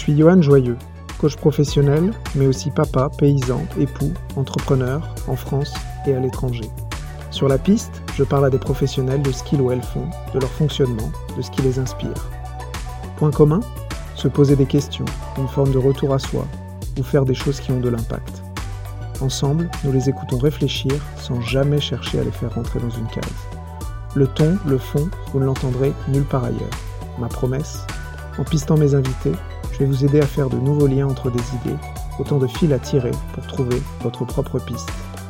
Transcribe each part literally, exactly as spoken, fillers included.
suis Johan Joyeux, coach professionnel, mais aussi papa, paysan, époux, entrepreneur, en France et à l'étranger. Sur la piste, je parle à des professionnels de ce qu'ils ou elles font, de leur fonctionnement, de ce qui les inspire. Point commun ? Se poser des questions, une forme de retour à soi, ou faire des choses qui ont de l'impact. Ensemble, nous les écoutons réfléchir sans jamais chercher à les faire rentrer dans une case. Le ton, le fond, vous ne l'entendrez nulle part ailleurs. Ma promesse ? En pistant mes invités, je vais vous aider à faire de nouveaux liens entre des idées, autant de fils à tirer pour trouver votre propre piste.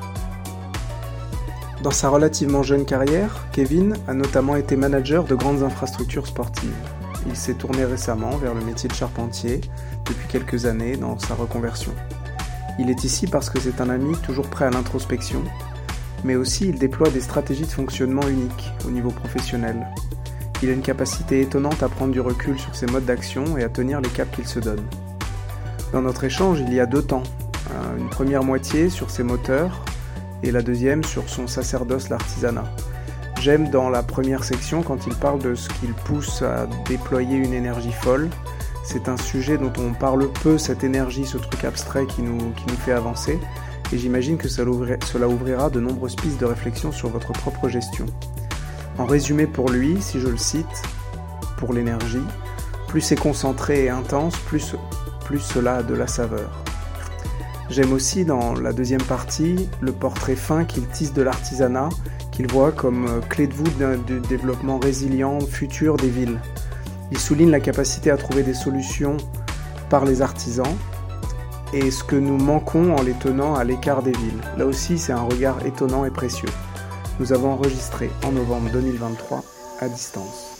Dans sa relativement jeune carrière, Kevin a notamment été manager de grandes infrastructures sportives. Il s'est tourné récemment vers le métier de charpentier, depuis quelques années dans sa reconversion. Il est ici parce que c'est un ami toujours prêt à l'introspection, mais aussi il déploie des stratégies de fonctionnement uniques au niveau professionnel. Il a une capacité étonnante à prendre du recul sur ses modes d'action et à tenir les caps qu'il se donne. Dans notre échange, il y a deux temps. Une première moitié sur ses moteurs et la deuxième sur son sacerdoce, l'artisanat. J'aime dans la première section quand il parle de ce qu'il pousse à déployer une énergie folle. C'est un sujet dont on parle peu, cette énergie, ce truc abstrait qui nous, qui nous fait avancer. Et j'imagine que ça cela ouvrira de nombreuses pistes de réflexion sur votre propre gestion. En résumé pour lui, si je le cite, pour l'énergie, plus c'est concentré et intense, plus, plus cela a de la saveur. J'aime aussi dans la deuxième partie le portrait fin qu'il tisse de l'artisanat, qu'il voit comme clé de voûte d'un du développement résilient futur des villes. Il souligne la capacité à trouver des solutions par les artisans et ce que nous manquons en les tenant à l'écart des villes. Là aussi, c'est un regard étonnant et précieux. Nous avons enregistré en novembre deux mille vingt-trois à distance.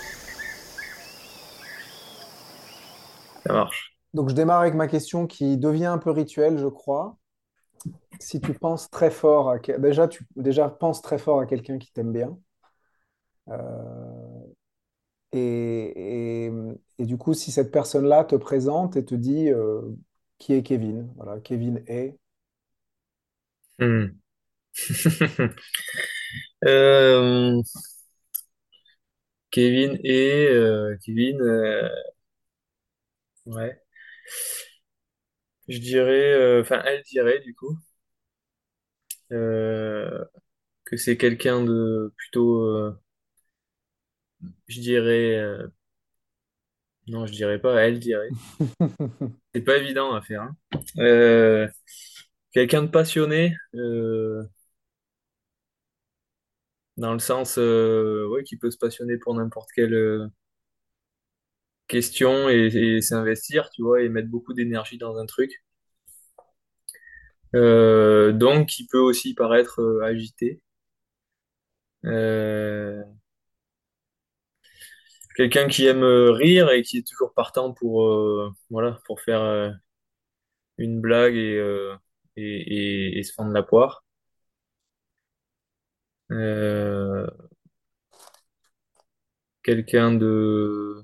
Ça marche. Donc je démarre avec ma question qui devient un peu rituelle, je crois. Si tu penses très fort à... Déjà, tu déjà penses très fort à quelqu'un qui t'aime bien. Euh, et, et, et du coup, si cette personne-là te présente et te dit euh, qui est Kevin, voilà, Kevin est... Hmm. Euh, Kevin et euh, Kevin, euh, ouais. Je dirais, euh, enfin, elle dirait du coup euh, que c'est quelqu'un de plutôt, euh, je dirais, euh, non, je dirais pas, elle dirait. C'est pas évident à faire, hein. Euh, Quelqu'un de passionné, euh, dans le sens, euh, ouais, qui peut se passionner pour n'importe quelle euh, question et, et s'investir, tu vois, et mettre beaucoup d'énergie dans un truc. Euh, donc, qui peut aussi paraître euh, agité. Euh, Quelqu'un qui aime euh, rire et qui est toujours partant pour, euh, voilà, pour faire euh, une blague et, euh, et, et, et se fendre la poire. Euh, Quelqu'un de,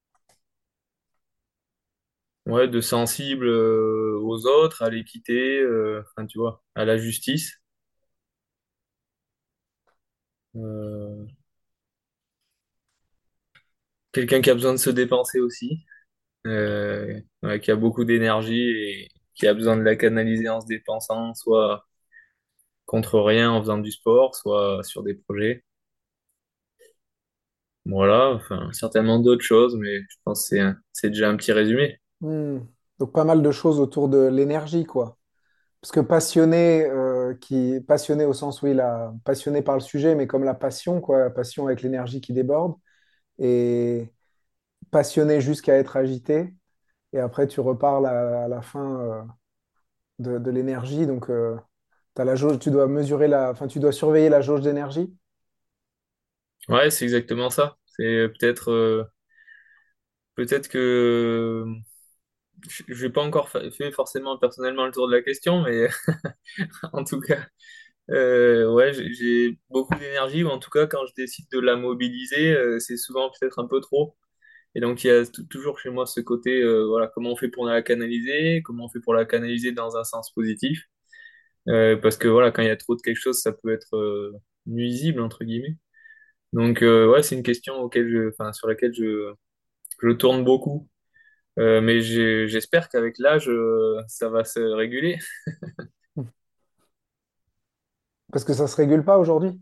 ouais, de sensible euh, aux autres, à l'équité, euh, enfin, tu vois, à la justice. Euh, Quelqu'un qui a besoin de se dépenser aussi, euh, ouais, qui a beaucoup d'énergie et qui a besoin de la canaliser en se dépensant, soit contre rien en faisant du sport, soit sur des projets. Voilà, enfin, certainement d'autres choses, mais je pense que c'est un- c'est déjà un petit résumé. Hmm. Donc pas mal de choses autour de l'énergie, quoi. Parce que passionné, euh, qui, passionné au sens où il a passionné par le sujet, mais comme la passion, quoi, la passion avec l'énergie qui déborde, et passionné jusqu'à être agité, et après tu reparles à, à la fin euh, de, de l'énergie, donc euh, t'as la jauge, tu dois mesurer la, enfin tu dois surveiller la jauge d'énergie. Ouais, c'est exactement ça. C'est euh, peut-être euh, peut-être que je je n'ai pas encore fa- fait forcément personnellement le tour de la question, mais en tout cas, euh, ouais, j'ai j'ai beaucoup d'énergie, ou en tout cas, quand je décide de la mobiliser, euh, c'est souvent peut-être un peu trop. Et donc, il y a t- toujours chez moi ce côté, euh, voilà, comment on fait pour la canaliser, comment on fait pour la canaliser dans un sens positif. Euh, parce que voilà, quand il y a trop de quelque chose, ça peut être euh, nuisible, entre guillemets. Donc, euh, ouais, c'est une question auquel je, enfin, sur laquelle je, je tourne beaucoup. Euh, mais j'ai- j'espère qu'avec l'âge, euh, ça va se réguler. Parce que ça se régule pas aujourd'hui.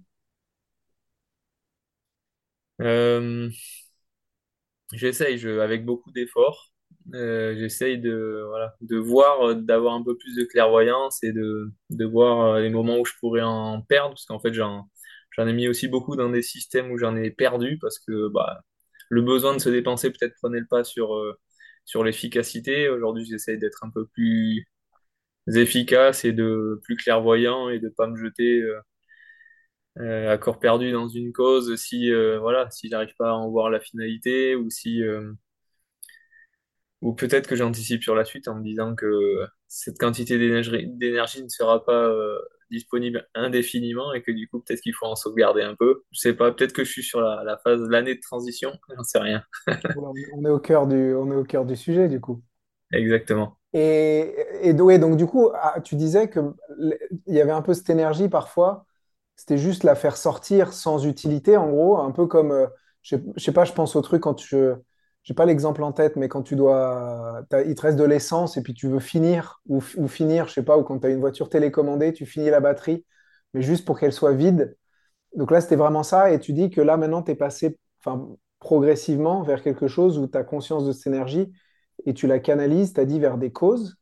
Euh, J'essaye, je, avec beaucoup d'efforts, euh, j'essaye de, voilà, de voir, euh, d'avoir un peu plus de clairvoyance et de, de voir euh, les moments où je pourrais en perdre, parce qu'en fait, j'en, j'en ai mis aussi beaucoup dans des systèmes où j'en ai perdu, parce que bah, le besoin de se dépenser peut-être prenait le pas sur, euh, sur l'efficacité. Aujourd'hui, j'essaye d'être un peu plus efficace et de plus clairvoyant et de pas me jeter euh, euh, à corps perdu dans une cause si, euh, voilà, si j'arrive pas à en voir la finalité ou si euh, ou peut-être que j'anticipe sur la suite en me disant que cette quantité d'énergie d'énergie ne sera pas euh, disponible indéfiniment et que du coup, peut-être qu'il faut en sauvegarder un peu. Je sais pas, peut-être que je suis sur la, la phase, l'année de transition, j'en sais rien. Voilà, on est on est au cœur du, on est au cœur du sujet, du coup. Exactement. Et, et ouais, donc du coup, ah, tu disais que l- il y avait un peu cette énergie parfois, c'était juste la faire sortir sans utilité, en gros, un peu comme, euh, je sais, je sais pas, je pense au truc quand tu, j'ai pas l'exemple en tête, mais quand tu dois, t'as- il te reste de l'essence et puis tu veux finir, ou, f- ou finir, je sais pas, ou quand tu as une voiture télécommandée, tu finis la batterie, mais juste pour qu'elle soit vide. Donc là, c'était vraiment ça, et tu dis que là, maintenant, tu es passé, enfin, progressivement vers quelque chose où tu as conscience de cette énergie et tu la canalises, tu as dit, vers des causes.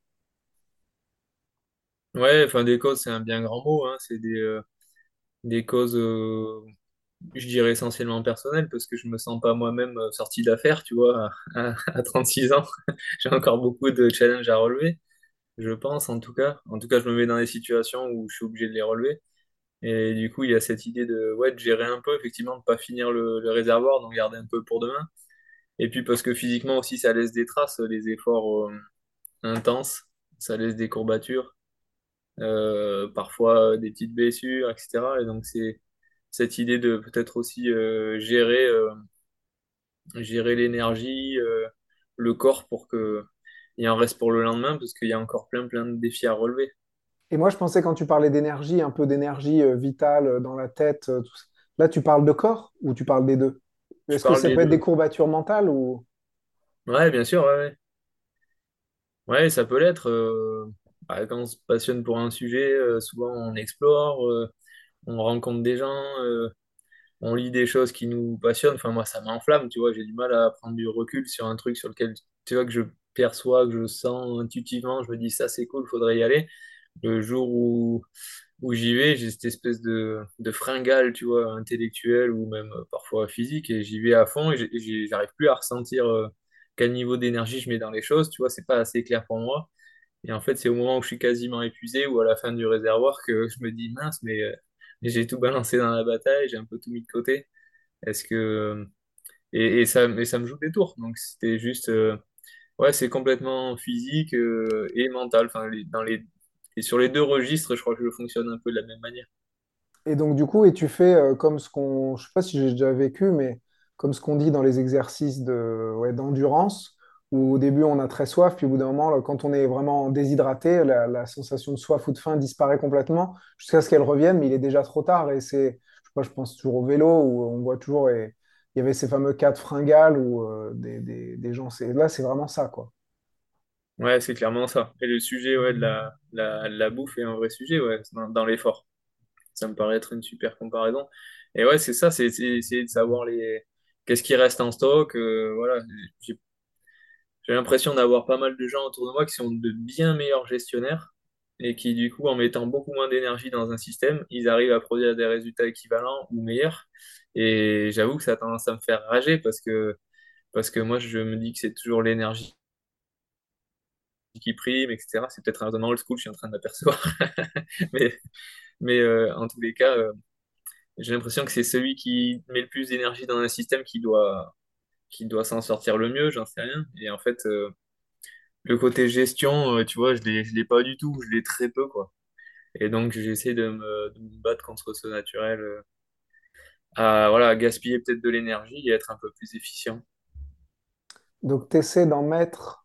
Ouais, enfin, des causes, c'est un bien grand mot, hein. C'est des, euh, des causes, euh, je dirais essentiellement personnelles, parce que je me sens pas moi-même euh, sorti d'affaires, tu vois, à, à trente-six ans. J'ai encore beaucoup de challenges à relever, je pense, en tout cas. En tout cas, je me mets dans des situations où je suis obligé de les relever. Et du coup, il y a cette idée de, ouais, de gérer un peu, effectivement, de pas finir le, le réservoir, d'en garder un peu pour demain. Et puis parce que physiquement aussi, ça laisse des traces, les efforts euh, intenses, ça laisse des courbatures, euh, parfois des petites blessures, et cetera. Et donc c'est cette idée de peut-être aussi euh, gérer, euh, gérer l'énergie, euh, le corps pour que il en reste pour le lendemain, parce qu'il y a encore plein plein de défis à relever. Et moi, je pensais quand tu parlais d'énergie, un peu d'énergie euh, vitale euh, dans la tête, euh, tout ça. Là, tu parles de corps ou tu parles des deux? Je Est-ce que parle ça des peut être des deux. courbatures mentales ou... Ouais, bien sûr, ouais, ouais. Ouais, ça peut l'être. Euh, bah, quand on se passionne pour un sujet, euh, souvent on explore, euh, on rencontre des gens, euh, on lit des choses qui nous passionnent. Enfin, moi, ça m'enflamme, tu vois. J'ai du mal à prendre du recul sur un truc sur lequel, tu vois, que je perçois, que je sens intuitivement. Je me dis, ça, c'est cool, faudrait y aller. Le jour où, où j'y vais, j'ai cette espèce de, de fringale, tu vois, intellectuelle ou même euh, parfois physique, et j'y vais à fond et j'ai- j'ai- j'arrive plus à ressentir euh, quel niveau d'énergie je mets dans les choses, tu vois, c'est pas assez clair pour moi. Et en fait, c'est au moment où je suis quasiment épuisé ou à la fin du réservoir que je me dis, mince, mais euh, j'ai tout balancé dans la bataille, j'ai un peu tout mis de côté. Est-ce que... Et, et ça, et ça me joue des tours. Donc c'était juste... euh, Ouais, c'est complètement physique euh, et mental. Enfin, les- dans les... Et sur les deux registres, je crois que je fonctionne un peu de la même manière. Et donc, du coup, et tu fais euh, comme ce qu'on... Je sais pas si j'ai déjà vécu, mais comme ce qu'on dit dans les exercices de, ouais, d'endurance, où au début, on a très soif, puis au bout d'un moment, là, quand on est vraiment déshydraté, la, la sensation de soif ou de faim disparaît complètement, jusqu'à ce qu'elle revienne, mais il est déjà trop tard. Et c'est... Je sais pas, je pense toujours au vélo, où on voit toujours... Et il y avait ces fameux cas de fringales où euh, des, des, des gens... C'est... Là, c'est vraiment ça, quoi. Ouais, c'est clairement ça. Et le sujet ouais, de la, la, la bouffe est un vrai sujet ouais, dans, dans l'effort. Ça me paraît être une super comparaison. Et ouais, c'est ça, c'est c'est essayer de savoir les... qu'est-ce qui reste en stock. Euh, voilà, j'ai j'ai l'impression d'avoir pas mal de gens autour de moi qui sont de bien meilleurs gestionnaires et qui, du coup, en mettant beaucoup moins d'énergie dans un système, ils arrivent à produire des résultats équivalents ou meilleurs. Et j'avoue que ça a tendance à me faire rager parce que, parce que moi, je me dis que c'est toujours l'énergie qui prime, et cetera. C'est peut-être un raisonnement old school, je suis en train de m'apercevoir. Mais, mais euh, en tous les cas, euh, j'ai l'impression que c'est celui qui met le plus d'énergie dans un système qui doit, qui doit s'en sortir le mieux, j'en sais rien. Et en fait, euh, le côté gestion, euh, tu vois, je l'ai, je l'ai pas du tout, je l'ai très peu, quoi. Et donc, j'essaie de me, de me battre contre ce naturel, euh, à, voilà, gaspiller peut-être de l'énergie et être un peu plus efficient. Donc, tu essaies d'en mettre...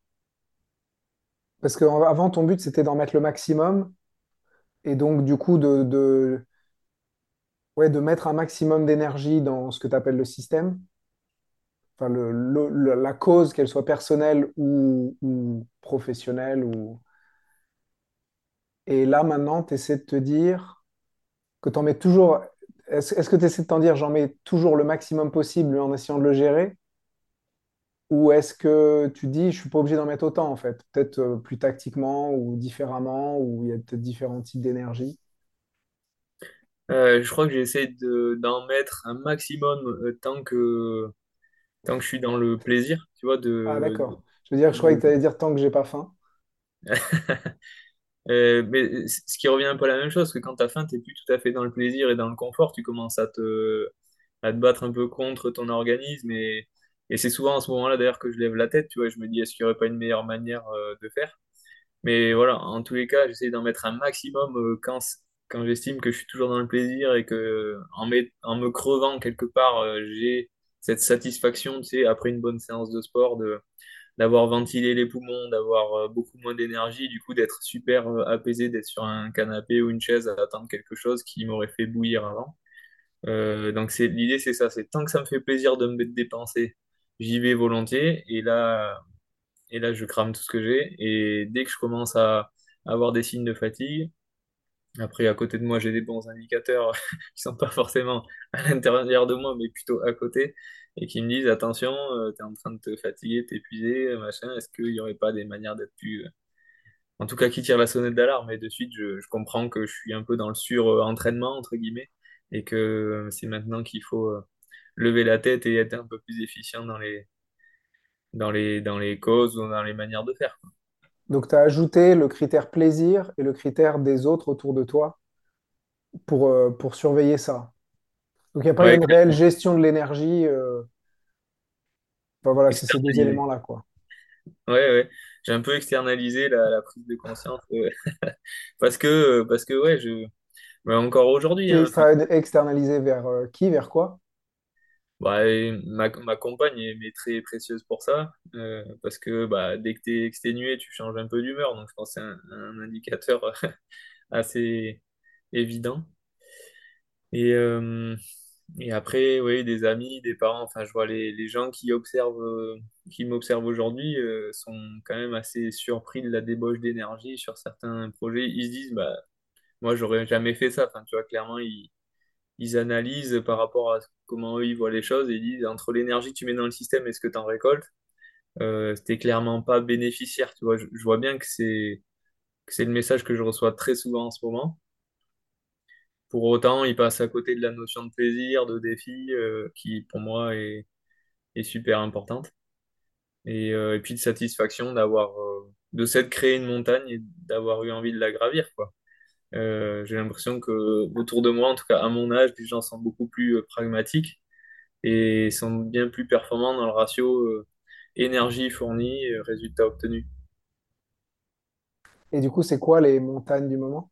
Parce qu'avant, ton but, c'était d'en mettre le maximum. Et donc, du coup, de, de, ouais, de mettre un maximum d'énergie dans ce que tu appelles le système. Enfin, le, le- le- la cause, qu'elle soit personnelle ou, ou professionnelle. Ou... Et là, maintenant, tu essaies de te dire que tu en mets toujours. Est-ce, est-ce que tu essaies de t'en dire, j'en mets toujours le maximum possible en essayant de le gérer? Ou est-ce que tu dis, je suis pas obligé d'en mettre autant, en fait? Peut-être euh, plus tactiquement ou différemment, ou il y a peut-être différents types d'énergie. Euh, je crois que j'essaie de, d'en mettre un maximum euh, tant que, tant que je suis dans le plaisir, tu vois, Ah, de, d'accord. Je veux dire, je croyais que de, tu allais dire tant que j'ai pas faim. Euh, mais c- ce qui revient un peu à la même chose, que quand t'as faim, t'es plus tout à fait dans le plaisir et dans le confort, tu commences à te, à te battre un peu contre ton organisme et, et c'est souvent à ce moment-là d'ailleurs que je lève la tête, tu vois, je me dis est-ce qu'il n'y aurait pas une meilleure manière euh, de faire? Mais voilà, en tous les cas, j'essaie d'en mettre un maximum euh, quand, quand j'estime que je suis toujours dans le plaisir et que en, met- en me crevant quelque part, euh, j'ai cette satisfaction, tu sais, après une bonne séance de sport, d'avoir ventilé les poumons, d'avoir euh, beaucoup moins d'énergie, du coup d'être super euh, apaisé, d'être sur un canapé ou une chaise à attendre quelque chose qui m'aurait fait bouillir avant. Euh, donc c'est l'idée, c'est ça, c'est tant que ça me fait plaisir de me dépenser, j'y vais volontiers et là et là je crame tout ce que j'ai et dès que je commence à avoir des signes de fatigue, après, à côté de moi, j'ai des bons indicateurs qui sont pas forcément à l'intérieur de moi, mais plutôt à côté, et qui me disent, attention, tu es en train de te fatiguer, t'épuiser, euh, machin, est-ce qu'il n'y aurait pas des manières d'être plus... euh, En tout cas, qui tire la sonnette d'alarme, et de suite, je, je comprends que je suis un peu dans le sur-entraînement, entre guillemets, et que euh, c'est maintenant qu'il faut euh, lever la tête et être un peu plus efficient dans les, dans les, dans les causes ou dans les manières de faire. Donc, tu as ajouté le critère plaisir et le critère des autres autour de toi pour, euh, pour surveiller ça. Donc, il n'y a pas Ouais, une réelle gestion de l'énergie. euh, Enfin, voilà, c'est ces deux externaliser. éléments-là, quoi. Ouais, ouais. J'ai un peu externalisé la, la prise de conscience. euh, Parce que, parce que ouais, je, mais encore aujourd'hui, Et hein, enfin, extra- externalisé vers euh, qui, vers quoi? bah, et ma, ma compagne est, est très précieuse pour ça, euh, parce que bah, dès que tu es exténué, tu changes un peu d'humeur, donc je pense que c'est un, un indicateur assez évident. Et, euh, et après, oui, des amis, des parents, enfin, je vois les, les gens qui observent, euh, qui m'observent aujourd'hui, euh, sont quand même assez surpris de la débauche d'énergie sur certains projets. Ils se disent, bah, moi, j'aurais jamais fait ça. Enfin, tu vois, clairement, ils ils analysent par rapport à comment eux ils voient les choses et ils disent entre l'énergie que tu mets dans le système et ce que tu en récoltes, euh, c'était clairement pas bénéficiaire. Tu vois, je, je vois bien que c'est que c'est le message que je reçois très souvent en ce moment. Pour autant, ils passent à côté de la notion de plaisir, de défi, euh, qui pour moi est, est super importante. Et, euh, et puis de satisfaction d'avoir euh, de s'être créé une montagne et d'avoir eu envie de la gravir, quoi. Euh, j'ai l'impression que autour de moi, en tout cas à mon âge, les gens sont beaucoup plus euh, pragmatiques et sont bien plus performants dans le ratio euh, énergie fournie, euh, résultat obtenu. Et du coup, c'est quoi les montagnes du moment?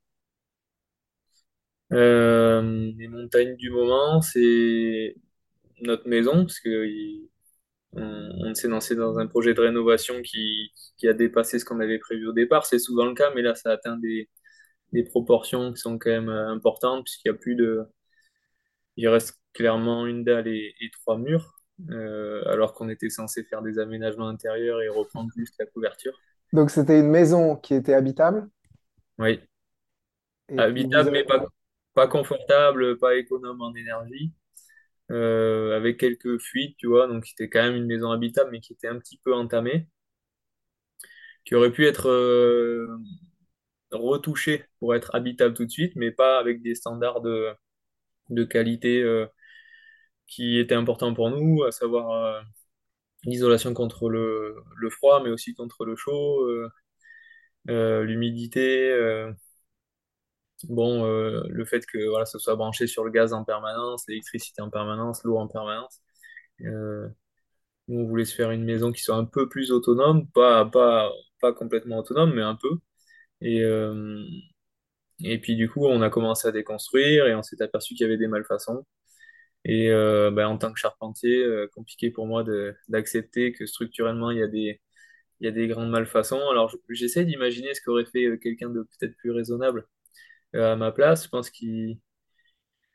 Euh, les montagnes du moment, c'est notre maison, parce que il- on, on s'est lancé dans un projet de rénovation qui, qui a dépassé ce qu'on avait prévu au départ. C'est souvent le cas, mais là, ça atteint des, des proportions qui sont quand même euh, importantes, puisqu'il y a plus de, il reste clairement une dalle et, et trois murs, euh, alors qu'on était censé faire des aménagements intérieurs et reprendre juste la couverture. Donc, c'était une maison qui était habitable. Oui. Et puis, vous Habitable, mais avez... pas, pas Ouais. confortable, pas économe en énergie, euh, avec quelques fuites, tu vois. Donc, c'était quand même une maison habitable, mais qui était un petit peu entamée, qui aurait pu être euh, retouchée pour être habitable tout de suite, mais pas avec des standards de, de qualité euh, qui étaient importants pour nous, à savoir euh, l'isolation contre le, le froid, mais aussi contre le chaud, euh, euh, l'humidité. euh, Bon, euh, le fait que voilà, ça soit branché sur le gaz en permanence, l'électricité en permanence, l'eau en permanence. Euh, Nous, on voulait se faire une maison qui soit un peu plus autonome, pas, pas, pas complètement autonome, mais un peu. Et, euh, et puis du coup, on a commencé à déconstruire et on s'est aperçu qu'il y avait des malfaçons. Et euh, ben, en tant que charpentier, euh, compliqué pour moi de, d'accepter que structurellement, il y a des, il y a des grandes malfaçons. Alors, je- j'essaie d'imaginer ce qu'aurait fait euh, quelqu'un de peut-être plus raisonnable euh, à ma place. Je pense qu'il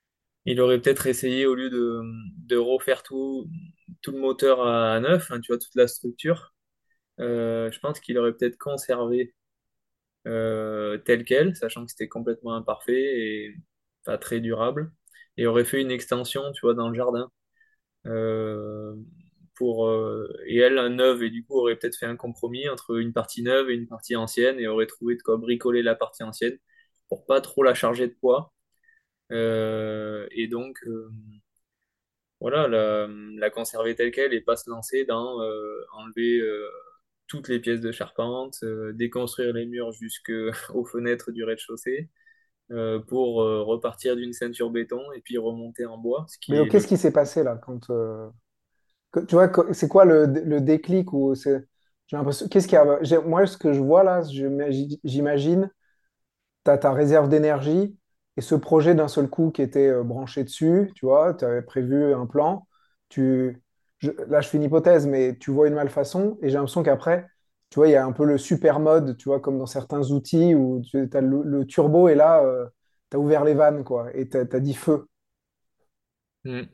Il aurait peut-être essayé, au lieu de, de refaire tout, tout le moteur à neuf, hein, tu vois, toute la structure, euh, je pense qu'il aurait peut-être conservé euh, tel quel, sachant que c'était complètement imparfait et pas très durable, et aurait fait une extension, tu vois, dans le jardin. Euh, pour, euh, et elle, un neuve, et du coup aurait peut-être fait un compromis entre une partie neuve et une partie ancienne, et aurait trouvé de quoi bricoler la partie ancienne pour pas trop la charger de poids. Euh, et donc, euh, voilà, la, la conserver telle qu'elle et pas se lancer dans euh, enlever euh, toutes les pièces de charpente, euh, déconstruire les murs jusqu'aux fenêtres du rez-de-chaussée euh, pour euh, repartir d'une ceinture béton et puis remonter en bois, ce Mais qui donc, est qu'est-ce le... qui s'est passé là quand euh, que- tu vois que- c'est quoi le, le déclic ou c'est j'ai l'impression qu'est-ce qui a j'ai- moi ce que je vois là je- j'imagine tu as ta réserve d'énergie et ce projet d'un seul coup qui était euh, branché dessus, tu vois, tu avais prévu un plan, tu, je- là je fais une hypothèse, mais tu vois une malfaçon et j'ai l'impression qu'après, tu vois, il y a un peu le super mode, tu vois, comme dans certains outils où tu as le, le turbo et là, tu as ouvert les vannes, quoi, et tu as dit feu. Hmm.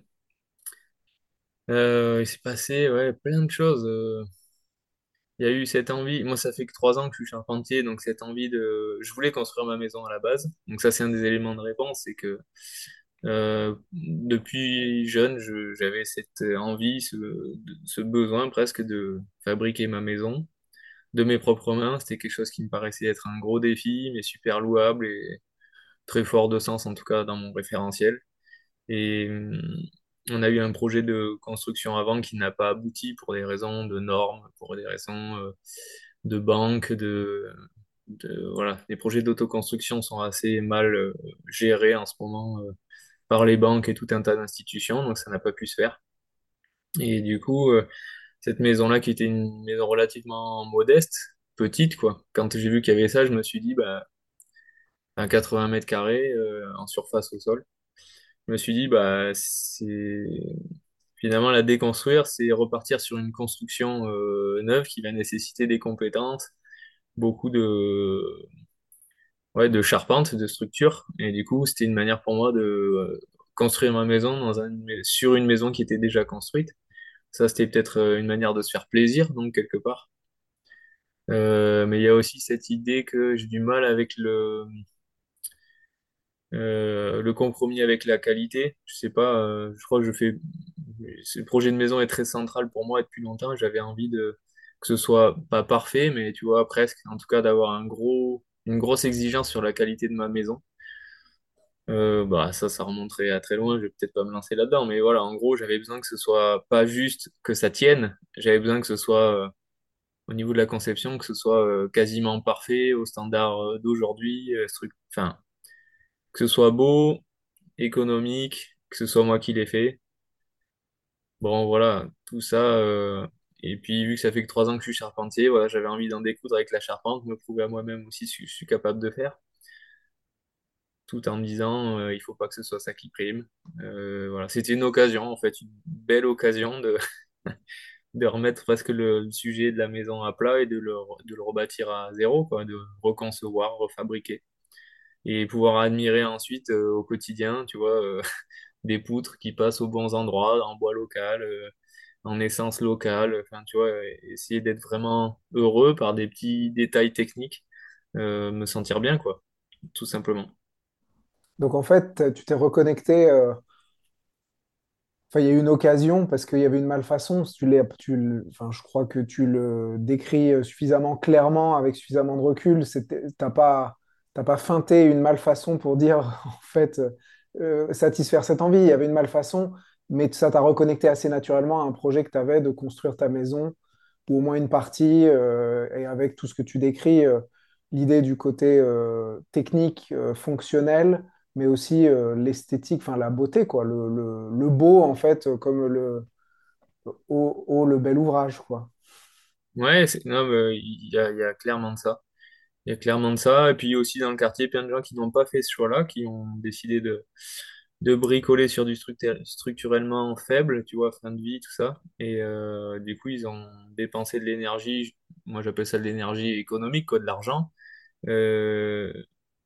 Euh, il s'est passé ouais, plein de choses. euh. Il y a eu cette envie, moi ça fait que trois ans que je suis charpentier, donc cette envie de... Je voulais construire ma maison à la base, donc ça c'est un des éléments de réponse, c'est que euh, depuis jeune, je- j'avais cette envie, ce, ce besoin presque de fabriquer ma maison de mes propres mains. C'était quelque chose qui me paraissait être un gros défi, mais super louable et très fort de sens, en tout cas dans mon référentiel. Et hum, on a eu un projet de construction avant qui n'a pas abouti pour des raisons de normes, pour des raisons euh, de banque, de, de- voilà. Les projets d'autoconstruction sont assez mal euh, gérés en ce moment euh, par les banques et tout un tas d'institutions, donc ça n'a pas pu se faire. Et du coup, euh, cette maison-là, qui était une maison relativement modeste, petite, quoi. Quand j'ai vu qu'il y avait ça, je me suis dit, bah, à quatre-vingts mètres carrés, euh, en surface au sol, je me suis dit, bah, c'est finalement la déconstruire, c'est repartir sur une construction euh, neuve qui va nécessiter des compétences, beaucoup de, ouais, de charpente, de structure. Et du coup, c'était une manière pour moi de euh, construire ma maison dans un, sur une maison qui était déjà construite. Ça, c'était peut-être euh, une manière de se faire plaisir, donc quelque part. Euh, mais il y a aussi cette idée que j'ai du mal avec le, euh, le compromis avec la qualité. Je sais pas, euh, je crois que je fais. Ce projet de maison est très central pour moi depuis longtemps et j'avais envie de que ce soit pas parfait, mais tu vois, presque, en tout cas, d'avoir un gros, une grosse exigence sur la qualité de ma maison. Euh, bah ça, ça remonterait à très loin. Je vais peut-être pas me lancer là-dedans, mais voilà, en gros, j'avais besoin que ce soit pas juste que ça tienne. J'avais besoin que ce soit euh, au niveau de la conception, que ce soit euh, quasiment parfait au standard euh, d'aujourd'hui, euh, stru- enfin, que ce soit beau, économique, que ce soit moi qui l'ai fait. Bon, voilà, tout ça. euh, Et puis, vu que ça fait que trois ans que je suis charpentier, voilà, j'avais envie d'en découdre avec la charpente, me prouver à moi-même aussi ce que je suis capable de faire, tout en me disant, euh, il faut pas que ce soit ça qui prime. Euh, voilà, c'était une occasion, en fait, une belle occasion de, de remettre presque le, le sujet de la maison à plat et de le, de le rebâtir à zéro, quoi, de reconcevoir, refabriquer. Et pouvoir admirer ensuite euh, au quotidien, tu vois, euh, des poutres qui passent aux bons endroits, en bois local, euh, en essence locale, enfin, tu vois, euh, essayer d'être vraiment heureux par des petits détails techniques, euh, me sentir bien, quoi, tout simplement. Donc en fait, tu t'es reconnecté. euh, Enfin, il y a eu une occasion parce qu'il y avait une malfaçon. Si tu l'es, tu le- enfin, je crois que tu le décris euh, suffisamment clairement, avec suffisamment de recul. C'était- T'as pas, t'as pas feinté une malfaçon pour dire, en fait, euh, satisfaire cette envie. Il y avait une malfaçon, mais ça t'a reconnecté assez naturellement à un projet que tu avais de construire ta maison, ou au moins une partie, euh, et avec tout ce que tu décris, euh, l'idée du côté euh, technique, euh, fonctionnel mais aussi euh, l'esthétique, enfin la beauté, quoi, le, le, le beau, en fait, euh, comme le, au, au- le bel ouvrage, quoi. Ouais, c'est, non, mais il y a, il y a clairement de ça. Il y a clairement de ça. Et puis aussi dans le quartier, plein de gens qui n'ont pas fait ce choix-là, qui ont décidé de, de bricoler sur du structure- structurellement faible, tu vois, fin de vie, tout ça. Et euh, du coup, ils ont dépensé de l'énergie, moi j'appelle ça de l'énergie économique, quoi, de l'argent, euh,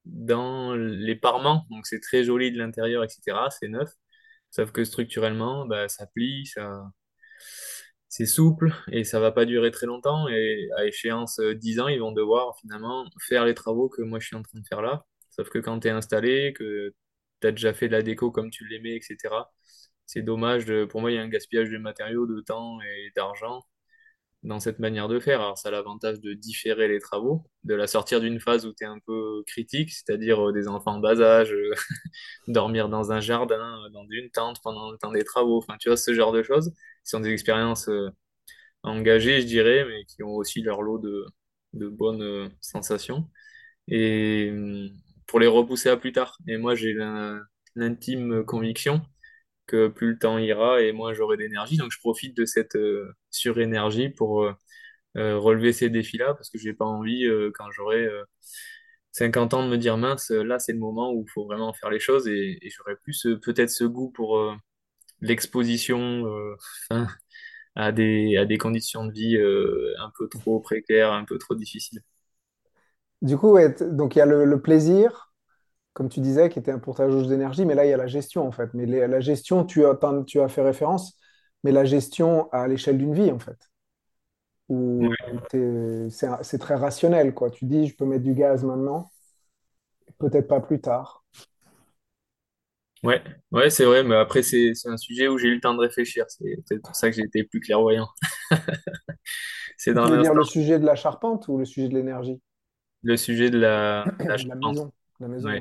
dans les parements, donc c'est très joli de l'intérieur, et cetera. C'est neuf, sauf que structurellement, bah, ça plie, ça, c'est souple et ça va pas durer très longtemps. Et à échéance euh, dix ans, ils vont devoir finalement faire les travaux que moi je suis en train de faire là. Sauf que quand tu es installé, que tu as déjà fait de la déco comme tu l'aimais, et cetera, c'est dommage de, pour moi, il y a un gaspillage de matériaux, de temps et d'argent dans cette manière de faire. Alors, ça a l'avantage de différer les travaux, de la sortir d'une phase où tu es un peu critique, c'est-à-dire euh, des enfants en bas âge, euh, dormir dans un jardin, euh, dans une tente pendant le temps des travaux, enfin, tu vois, ce genre de choses. Ce sont des expériences euh, engagées, je dirais, mais qui ont aussi leur lot de, de bonnes euh, sensations. Et hum, pour les repousser à plus tard. Et moi, j'ai la- l'intime conviction que plus le temps ira et moins j'aurai d'énergie. Donc, je profite de cette euh, surénergie pour euh, euh, relever ces défis-là parce que j'ai pas envie, euh, quand j'aurai euh, cinquante ans, de me dire mince, euh, là, c'est le moment où il faut vraiment faire les choses et, et j'aurai plus euh, peut-être ce goût pour euh, l'exposition euh, enfin, à des, à des conditions de vie euh, un peu trop précaires, un peu trop difficiles. Du coup, ouais, t- donc il y a le, le plaisir, comme tu disais, qui était un pour ta jauge d'énergie, mais là, il y a la gestion, en fait. Mais les- la gestion, tu as, t'en- tu as fait référence, mais la gestion à l'échelle d'une vie, en fait, où t'es- c'est c'est très rationnel, quoi. Tu dis, je peux mettre du gaz maintenant, peut-être pas plus tard. Ouais, ouais, c'est vrai, mais après, c'est, c'est un sujet où j'ai eu le temps de réfléchir. C'est peut-être pour ça que j'ai été plus clairvoyant. C'est Tu dans veux dire l'instant, le sujet de la charpente ou le sujet de l'énergie? le sujet de la, de la La charpente. maison, la maison. Ouais.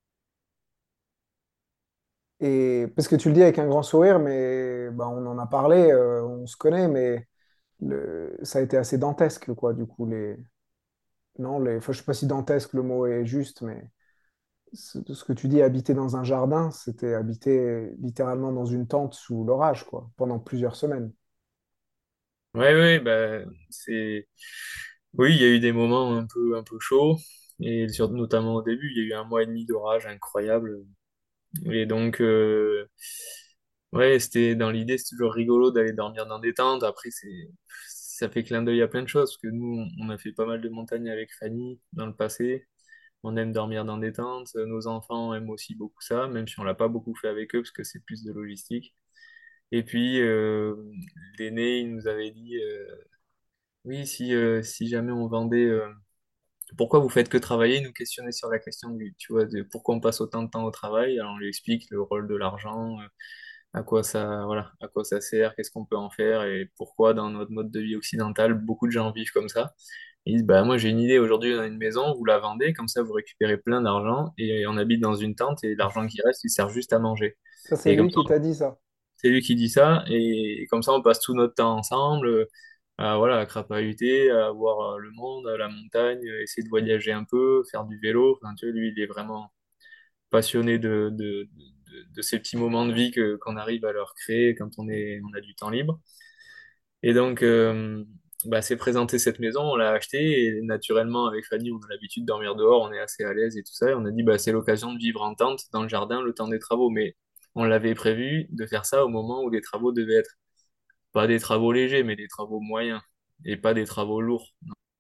Et parce que tu le dis avec un grand sourire, mais bah, on en a parlé, euh, on se connaît, mais le- ça a été assez dantesque, quoi, du coup, les... Non, les... Enfin, je sais pas si dantesque le mot est juste, mais ce ce que tu dis, habiter dans un jardin, c'était habiter littéralement dans une tente sous l'orage, quoi, pendant plusieurs semaines. Ouais, ouais, bah, c'est, oui, il y a eu des moments un peu, un peu chauds, et sur- notamment au début, il y a eu un mois et demi d'orage incroyable. Et donc, euh, ouais, c'était dans l'idée, c'est toujours rigolo d'aller dormir dans des tentes. Après, c'est, ça fait clin d'œil à plein de choses, parce que nous, on a fait pas mal de montagnes avec Fanny dans le passé. On aime dormir dans des tentes. Nos enfants aiment aussi beaucoup ça, même si on l'a pas beaucoup fait avec eux, parce que c'est plus de logistique. Et puis, euh, l'aîné, il nous avait dit, euh, oui, si, euh, si jamais on vendait, euh, pourquoi vous faites que travailler? Il nous questionnait sur la question du, tu vois, de pourquoi on passe autant de temps au travail. Alors, on lui explique le rôle de l'argent, euh, à quoi ça, voilà, à quoi ça sert, qu'est-ce qu'on peut en faire et pourquoi dans notre mode de vie occidental, beaucoup de gens vivent comme ça. Ils disent, bah, moi, j'ai une idée, aujourd'hui, on a une maison, vous la vendez, comme ça, vous récupérez plein d'argent et on habite dans une tente et l'argent qui reste, il sert juste à manger. Ça, c'est Et comme lui qui t'a dit ça. c'est lui qui dit ça, et comme ça, on passe tout notre temps ensemble, euh, à, voilà, à crapahuter, à voir euh, le monde, à la montagne, euh, essayer de voyager un peu, faire du vélo. Enfin, tu vois, lui, il est vraiment passionné de, de, de, de ces petits moments de vie que, qu'on arrive à leur créer quand on est, on a du temps libre. Et donc, euh, bah, c'est présenté cette maison, on l'a achetée, et naturellement, avec Fanny, on a l'habitude de dormir dehors, on est assez à l'aise et tout ça. Et on a dit, bah, c'est l'occasion de vivre en tente dans le jardin le temps des travaux. Mais on l'avait prévu de faire ça au moment où les travaux devaient être pas des travaux légers, mais des travaux moyens et pas des travaux lourds.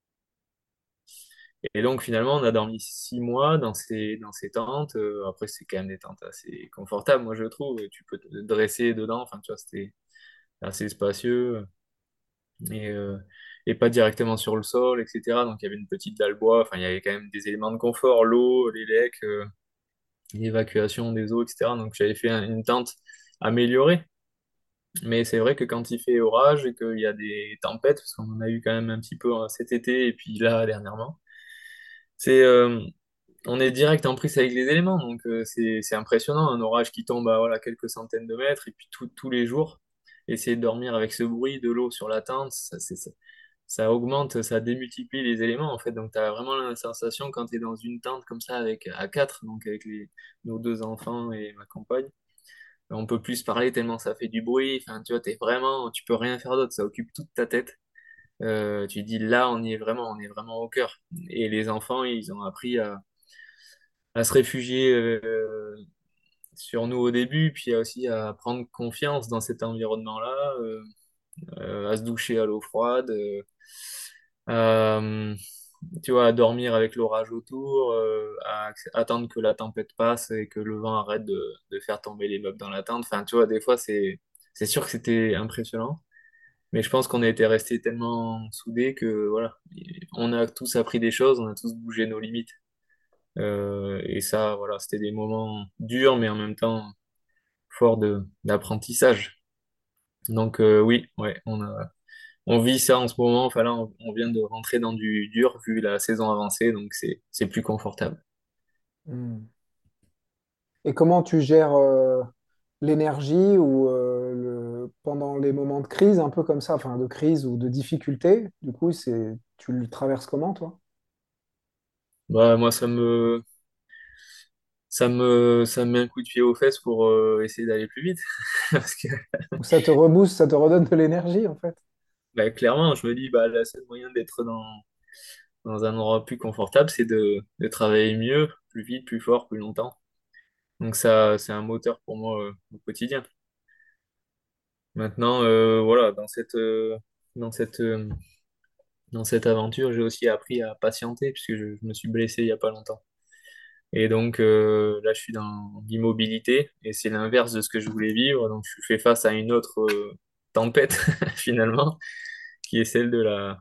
Et donc finalement, on a dormi six mois dans ces, dans ces tentes. Euh, après, c'est quand même des tentes assez confortables, moi je trouve. Tu peux te dresser dedans. Enfin, tu vois, c'était assez spacieux et, euh, et pas directement sur le sol, et cetera. Donc il y avait une petite dalle bois. Enfin, il y avait quand même des éléments de confort, l'eau, les lecs, euh, l'évacuation des eaux, et cetera. Donc j'avais fait un- une tente améliorée. Mais c'est vrai que quand il fait orage et qu'il y a des tempêtes, parce qu'on en a eu quand même un petit peu euh, cet été et puis là dernièrement, c'est euh, on est direct en prise avec les éléments. Donc euh, c'est c'est impressionnant, un orage qui tombe à voilà, quelques centaines de mètres et puis tout- tous les jours, essayer de dormir avec ce bruit de l'eau sur la tente, ça, c'est, ça, ça augmente, ça démultiplie les éléments en fait. Donc tu as vraiment la sensation quand tu es dans une tente comme ça avec à quatre, donc avec les, nos deux enfants et ma compagne, on peut plus se parler tellement ça fait du bruit. Enfin, tu vois, t'es vraiment, tu peux rien faire d'autre, ça occupe toute ta tête. Euh, tu dis là, on y est vraiment, on est vraiment au cœur. Et les enfants, ils ont appris à, à se réfugier euh, sur nous au début, puis aussi à prendre confiance dans cet environnement-là, euh, euh, à se doucher à l'eau froide. Euh, euh, tu vois, à dormir avec l'orage autour, euh, à acc- attendre que la tempête passe et que le vent arrête de, de faire tomber les meubles dans la tente. Enfin, tu vois, des fois, c'est, c'est sûr que c'était impressionnant. Mais je pense qu'on a été restés tellement soudés que, voilà, on a tous appris des choses, on a tous bougé nos limites. Euh, et ça, voilà, c'était des moments durs, mais en même temps forts de, d'apprentissage. Donc, euh, oui, ouais, on a, on vit ça en ce moment. Enfin là, on, on vient de rentrer dans du dur vu la saison avancée, donc c'est c'est plus confortable. Hmm. Et comment tu gères euh, l'énergie ou euh, le, pendant les moments de crise, un peu comme ça, enfin de crise ou de difficulté, du coup, c'est, tu le traverses comment, toi? Bah moi, ça me ça me ça me met un coup de pied aux fesses pour euh, essayer d'aller plus vite, parce que Ou ça te rebooste, ça te redonne de l'énergie, en fait? bah, clairement, je me dis bah le seul moyen d'être dans dans un endroit plus confortable, c'est de de travailler mieux, plus vite, plus fort, plus longtemps. Donc ça, c'est un moteur pour moi euh, au quotidien. Maintenant, euh, voilà, dans cette euh, dans cette euh, dans cette aventure, j'ai aussi appris à patienter puisque je, je me suis blessé il y a pas longtemps. Et donc euh, là, je suis dans l'immobilité et c'est l'inverse de ce que je voulais vivre. Donc je fais face à une autre euh, tempête finalement, qui est celle de la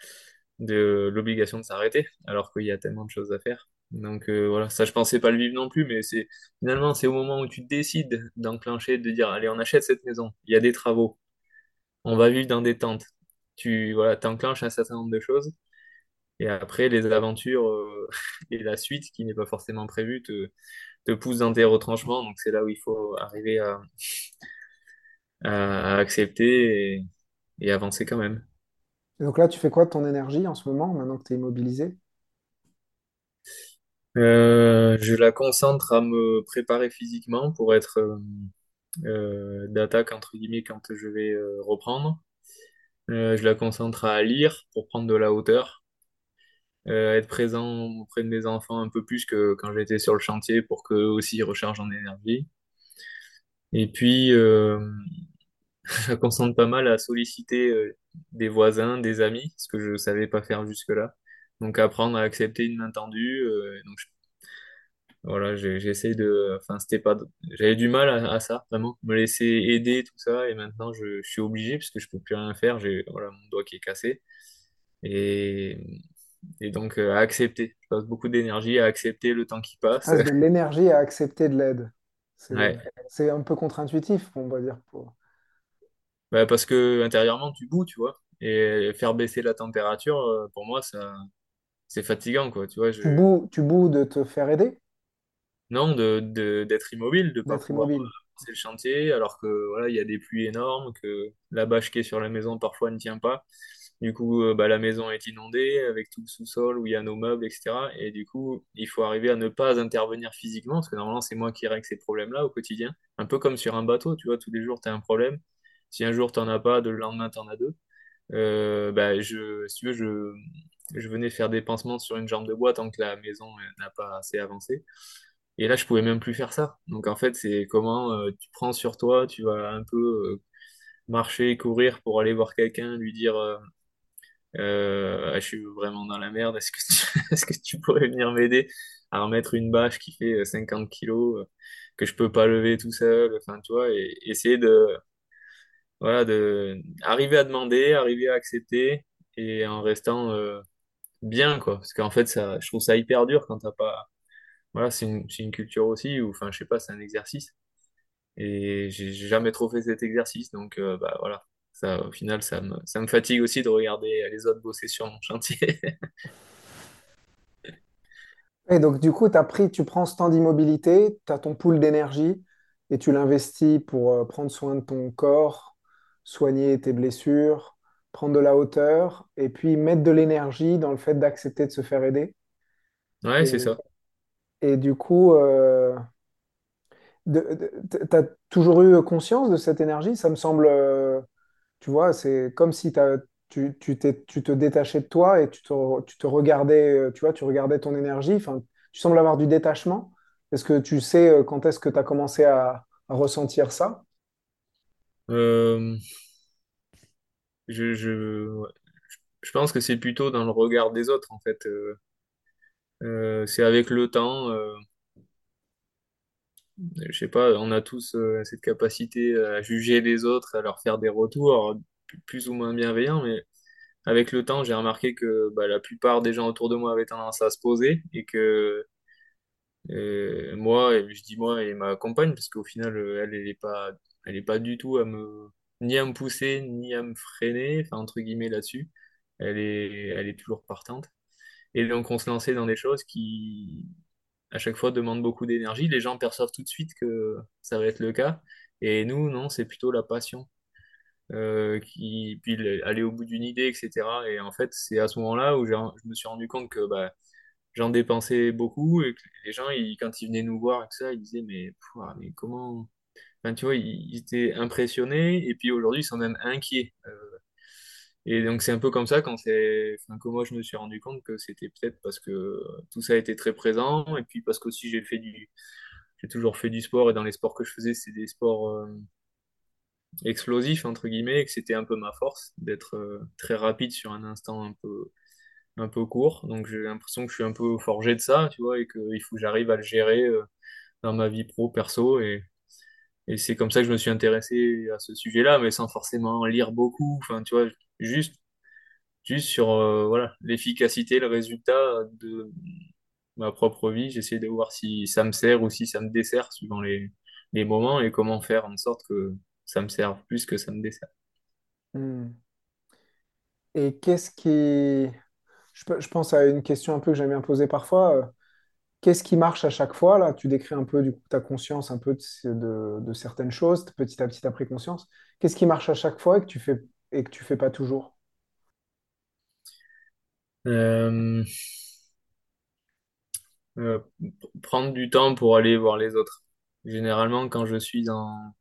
de l'obligation de s'arrêter, alors qu'il y a tellement de choses à faire. Donc euh, voilà, ça je pensais pas le vivre non plus, mais c'est finalement c'est au moment où tu décides d'enclencher, de dire allez on achète cette maison, il y a des travaux, on va vivre dans des tentes. Tu voilà, t'enclenches un certain nombre de choses et après les aventures euh, et la suite qui n'est pas forcément prévue te te pousse dans tes retranchements. Donc c'est là où il faut arriver à, à, à accepter et, et avancer quand même. Et donc là, tu fais quoi de ton énergie en ce moment, maintenant que tu es immobilisé? Euh, je la concentre à me préparer physiquement pour être euh, euh, d'attaque entre guillemets quand je vais euh, reprendre. Euh, je la concentre à lire pour prendre de la hauteur, euh, être présent auprès de mes enfants un peu plus que quand j'étais sur le chantier pour qu'eux aussi ils rechargent en énergie. Et puis, euh, je la concentre pas mal à solliciter euh, des voisins, des amis, ce que je savais pas faire jusque-là. Donc apprendre à accepter une main tendue. Euh, donc je- voilà, j'ai- j'essaie de. Enfin, c'était pas. J'avais du mal à, à ça, vraiment, me laisser aider tout ça. Et maintenant, je, je suis obligé puisque je peux plus rien faire. J'ai voilà mon doigt qui est cassé. Et, et donc euh, à accepter. Je passe beaucoup d'énergie à accepter le temps qui Tu passe. passes de l'énergie à accepter de l'aide. C'est, Ouais. c'est un peu contre-intuitif, on va dire. Pour... Ouais, parce que intérieurement, tu boues, tu vois. Et faire baisser la température, euh, pour moi, ça. C'est fatigant, quoi. Tu vois, je... Tu boues, tu boues de te faire aider, Non, de, de- d'être immobile, de pas d'être pouvoir immobile. lancer le chantier, alors que voilà, il y a des pluies énormes, que la bâche qui est sur la maison parfois ne tient pas. Du coup, euh, bah, la maison est inondée avec tout le sous-sol où il y a nos meubles, et cetera. Et du coup, il faut arriver à ne pas intervenir physiquement, parce que normalement, c'est moi qui règle ces problèmes-là au quotidien. Un peu comme sur un bateau, tu vois, tous les jours, tu as un problème. Si un jour, tu n'en as pas, de le lendemain, tu en as deux. Euh, bah, je, si tu veux, je, je venais faire des pansements sur une jambe de bois tant que la maison euh, n'a pas assez avancé. Et là, je pouvais même plus faire ça. Donc en fait, c'est comment euh, tu prends sur toi, tu vas un peu euh, marcher, courir pour aller voir quelqu'un, lui dire euh, euh, Ah, je suis vraiment dans la merde, est-ce que tu, est-ce que tu pourrais venir m'aider à remettre une bâche qui fait euh, cinquante kilos, euh, que je peux pas lever tout seul, enfin tu vois, et essayer de voilà de arriver à demander, arriver à accepter et en restant euh, bien quoi. Parce qu'en fait ça, je trouve ça hyper dur quand t'as pas voilà, c'est une, c'est une culture aussi, ou enfin, je sais pas, c'est un exercice. Et j'ai j'ai jamais trop fait cet exercice, donc euh, bah voilà. Ça, au final, ça me, ça me fatigue aussi de regarder les autres bosser sur mon chantier. Et donc, du coup, t'as pris, tu prends ce temps d'immobilité, tu as ton pool d'énergie et tu l'investis pour euh, prendre soin de ton corps, soigner tes blessures, prendre de la hauteur et puis mettre de l'énergie dans le fait d'accepter de se faire aider. Ouais, c'est Et, ça. et du coup, euh, de- de- t'as toujours eu conscience de cette énergie? Ça me semble, euh, tu vois, c'est comme si t'as- tu, tu t'es- tu te détachais de toi et tu te, tu te regardais, euh, tu vois, tu regardais ton énergie. Enfin, tu sembles avoir du détachement. Est-ce que tu sais euh, quand est-ce que tu as commencé à, à ressentir ça? Euh, je, je, ouais. je pense que c'est plutôt dans le regard des autres, en fait. Euh, euh, c'est avec le temps, euh, je sais pas, on a tous euh, cette capacité à juger les autres, à leur faire des retours plus ou moins bienveillants, mais avec le temps, j'ai remarqué que bah, la plupart des gens autour de moi avaient tendance à se poser et que euh, moi, et je dis moi et ma compagne, parce qu'au final, euh, elle, elle est pas, elle est pas du tout à me, ni à me pousser, ni à me freiner, enfin, entre guillemets là-dessus. Elle est, elle est toujours partante. Et donc, on se lançait dans des choses qui, à chaque fois, demandent beaucoup d'énergie. Les gens perçoivent tout de suite que ça va être le cas. Et nous, non, c'est plutôt la passion. Euh, qui, puis le- aller au bout d'une idée, et cetera. Et en fait, c'est à ce moment-là où j'ai- je me suis rendu compte que bah, j'en dépensais beaucoup et que les gens, ils- quand ils venaient nous voir et que ça, ils disaient, mais, pouah, mais comment... Enfin, tu vois, ils, ils étaient impressionnés et puis aujourd'hui, ils sont même inquiets. Euh, et donc, c'est un peu comme ça quand c'est, enfin, que moi, je me suis rendu compte que c'était peut-être parce que tout ça était très présent et puis parce qu'aussi j'ai fait du, j'ai toujours fait du sport et dans les sports que je faisais, c'est des sports euh, explosifs, entre guillemets, et que c'était un peu ma force d'être euh, très rapide sur un instant un peu, un peu court. Donc, j'ai l'impression que je suis un peu forgé de ça, tu vois, et qu'il faut que j'arrive à le gérer euh, dans ma vie pro, perso et Et c'est comme ça que je me suis intéressé à ce sujet-là, mais sans forcément lire beaucoup. Enfin, tu vois, juste, juste sur euh, voilà, l'efficacité, le résultat de ma propre vie. J'essaie de voir si ça me sert ou si ça me dessert suivant les, les moments et comment faire en sorte que ça me serve plus que ça me dessert. Hmm. Et qu'est-ce qui... Je, pe- je pense à une question un peu que j'aime bien poser parfois. euh, Qu'est-ce qui marche à chaque fois, là? Tu décris un peu du coup ta conscience un peu de, ce- de- de certaines choses, petit à petit t'as pris conscience. Qu'est-ce qui marche à chaque fois et que tu fais et que tu fais pas toujours? Euh, euh, Prendre du temps pour aller voir les autres. Généralement, quand je suis en,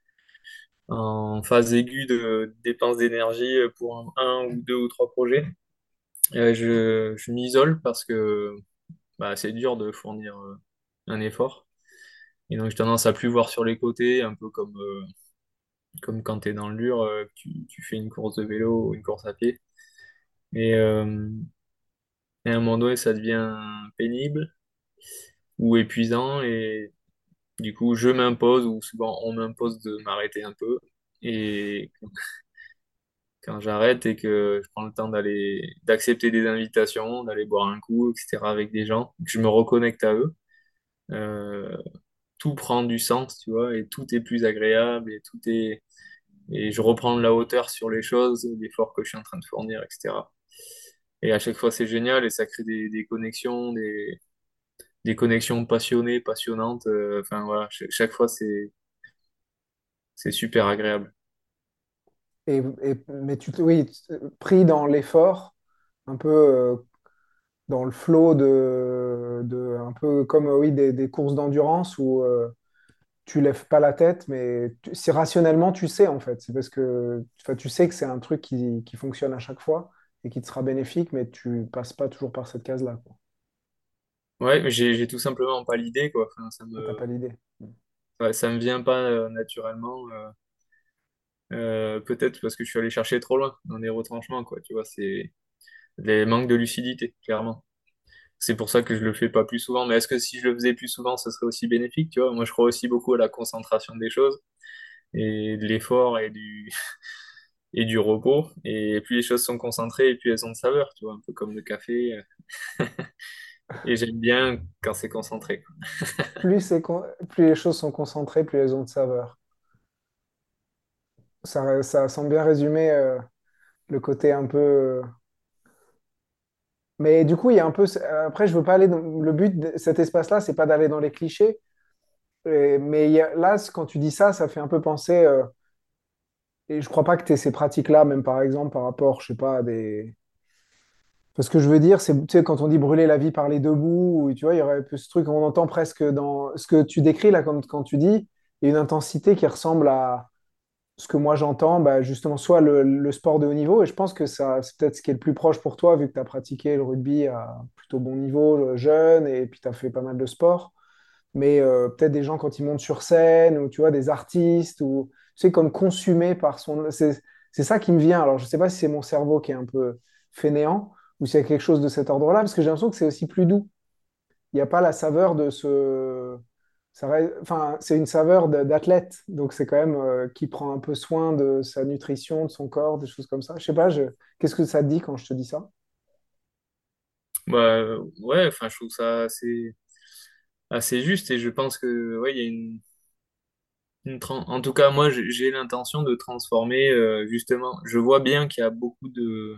en phase aiguë de dépense d'énergie pour un, un ou deux ou trois projets, Euh, je, je m'isole parce que bah, c'est dur de fournir euh, un effort. Et donc j'ai tendance à plus voir sur les côtés, un peu comme, euh, comme quand tu es dans le dur, euh, que tu, tu fais une course de vélo ou une course à pied. Et, euh, et à un moment donné, ça devient pénible ou épuisant. Et du coup, je m'impose, ou souvent on m'impose de m'arrêter un peu. Et quand j'arrête et que je prends le temps d'aller, d'accepter des invitations, d'aller boire un coup, et cetera, avec des gens, que je me reconnecte à eux. euh, Tout prend du sens, tu vois, et tout est plus agréable, et tout est, et je reprends de la hauteur sur les choses, l'effort que je suis en train de fournir, et cetera. Et à chaque fois, c'est génial, et ça crée des, des connexions, des, des connexions passionnées, passionnantes. euh, Enfin, voilà, ch- chaque fois, c'est, c'est super agréable. Et, et- mais tu te, oui, t- pris dans l'effort, un peu euh, dans le flow de, de un peu comme euh, oui des, des courses d'endurance où euh, tu lèves pas la tête, mais tu- si rationnellement tu sais en fait, c'est parce que enfin, tu sais que c'est un truc qui, qui fonctionne à chaque fois et qui te sera bénéfique, mais tu passes pas toujours par cette case-là, quoi. Ouais, mais j'ai, j'ai tout simplement pas l'idée, quoi. Enfin, ça Ah, t'as me, pas l'idée. ouais, ça me vient pas euh, naturellement. euh, euh, peut-être parce que je suis allé chercher trop loin dans les retranchements, quoi. Tu vois, c'est les manques de lucidité, clairement. C'est pour ça que je le fais pas plus souvent. Mais est-ce que si je le faisais plus souvent, ce serait aussi bénéfique, tu vois? Moi, je crois aussi beaucoup à la concentration des choses et de l'effort et du et du repos. Et plus les choses sont concentrées, et plus elles ont de saveur, tu vois, un peu comme le café. Et j'aime bien quand c'est concentré, quoi. Plus, c'est con- plus les choses sont concentrées, plus elles ont de saveur. Ça, ça semble bien résumer euh, le côté un peu. euh, Mais du coup, il y a un peu. Après, je veux pas aller dans. Le but de cet espace-là, c'est pas d'aller dans les clichés. Et- Mais il y a- là, quand tu dis ça, ça fait un peu penser. euh, Et je crois pas que tu aies ces pratiques-là, même par exemple par rapport, je sais pas, à des. Enfin, ce que je veux dire, c'est, tu sais, quand on dit brûler la vie par les deux bouts, ou, tu vois, il y aurait un peu ce truc qu'on entend presque dans ce que tu décris là, comme quand tu dis, il y a une intensité qui ressemble à ce que moi j'entends, bah, justement, soit le, le sport de haut niveau, et je pense que ça, c'est peut-être ce qui est le plus proche pour toi, vu que tu as pratiqué le rugby à plutôt bon niveau, le jeune, et puis tu as fait pas mal de sport. Mais euh, peut-être des gens quand ils montent sur scène, ou tu vois, des artistes, ou tu sais, comme consumés par son. C'est c'est ça qui me vient. Alors, je sais pas si c'est mon cerveau qui est un peu. fainéant, ou s'il y a quelque chose de cet ordre-là, parce que j'ai l'impression que c'est aussi plus doux. Il n'y a pas la saveur de ce... Ça reste- Enfin, c'est une saveur de- d'athlète, donc c'est quand même euh, qui prend un peu soin de sa nutrition, de son corps, des choses comme ça. Je sais pas, je... qu'est-ce que ça te dit quand je te dis ça? Bah, euh, ouais, enfin, je trouve ça assez, assez juste et je pense que, ouais, il y a une, une tran- en tout cas, moi, j'ai j'ai l'intention de transformer, euh, justement, je vois bien qu'il y a beaucoup de,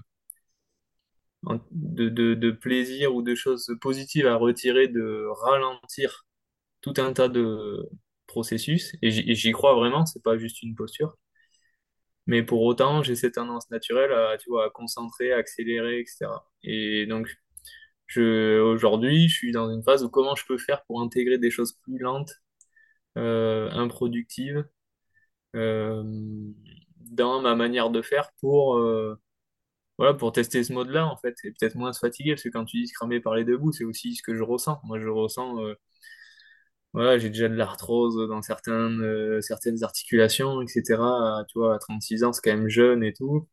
de, de, de plaisir ou de choses positives à retirer, de ralentir tout un tas de processus et j'y et j'y crois vraiment, c'est pas juste une posture. Mais pour autant, j'ai cette tendance naturelle à, tu vois, à concentrer, à accélérer, et cetera. Et donc, je, aujourd'hui, je suis dans une phase où comment je peux faire pour intégrer des choses plus lentes, euh, improductives, euh, dans ma manière de faire pour, euh, voilà, pour tester ce mode-là, en fait, et peut-être moins se fatiguer, parce que quand tu dis se cramer par les deux bouts, c'est aussi ce que je ressens. Moi, je ressens, euh, voilà, j'ai déjà de l'arthrose dans certaines, euh, certaines articulations, et cetera. Tu vois, à trente-six ans, c'est quand même jeune et tout.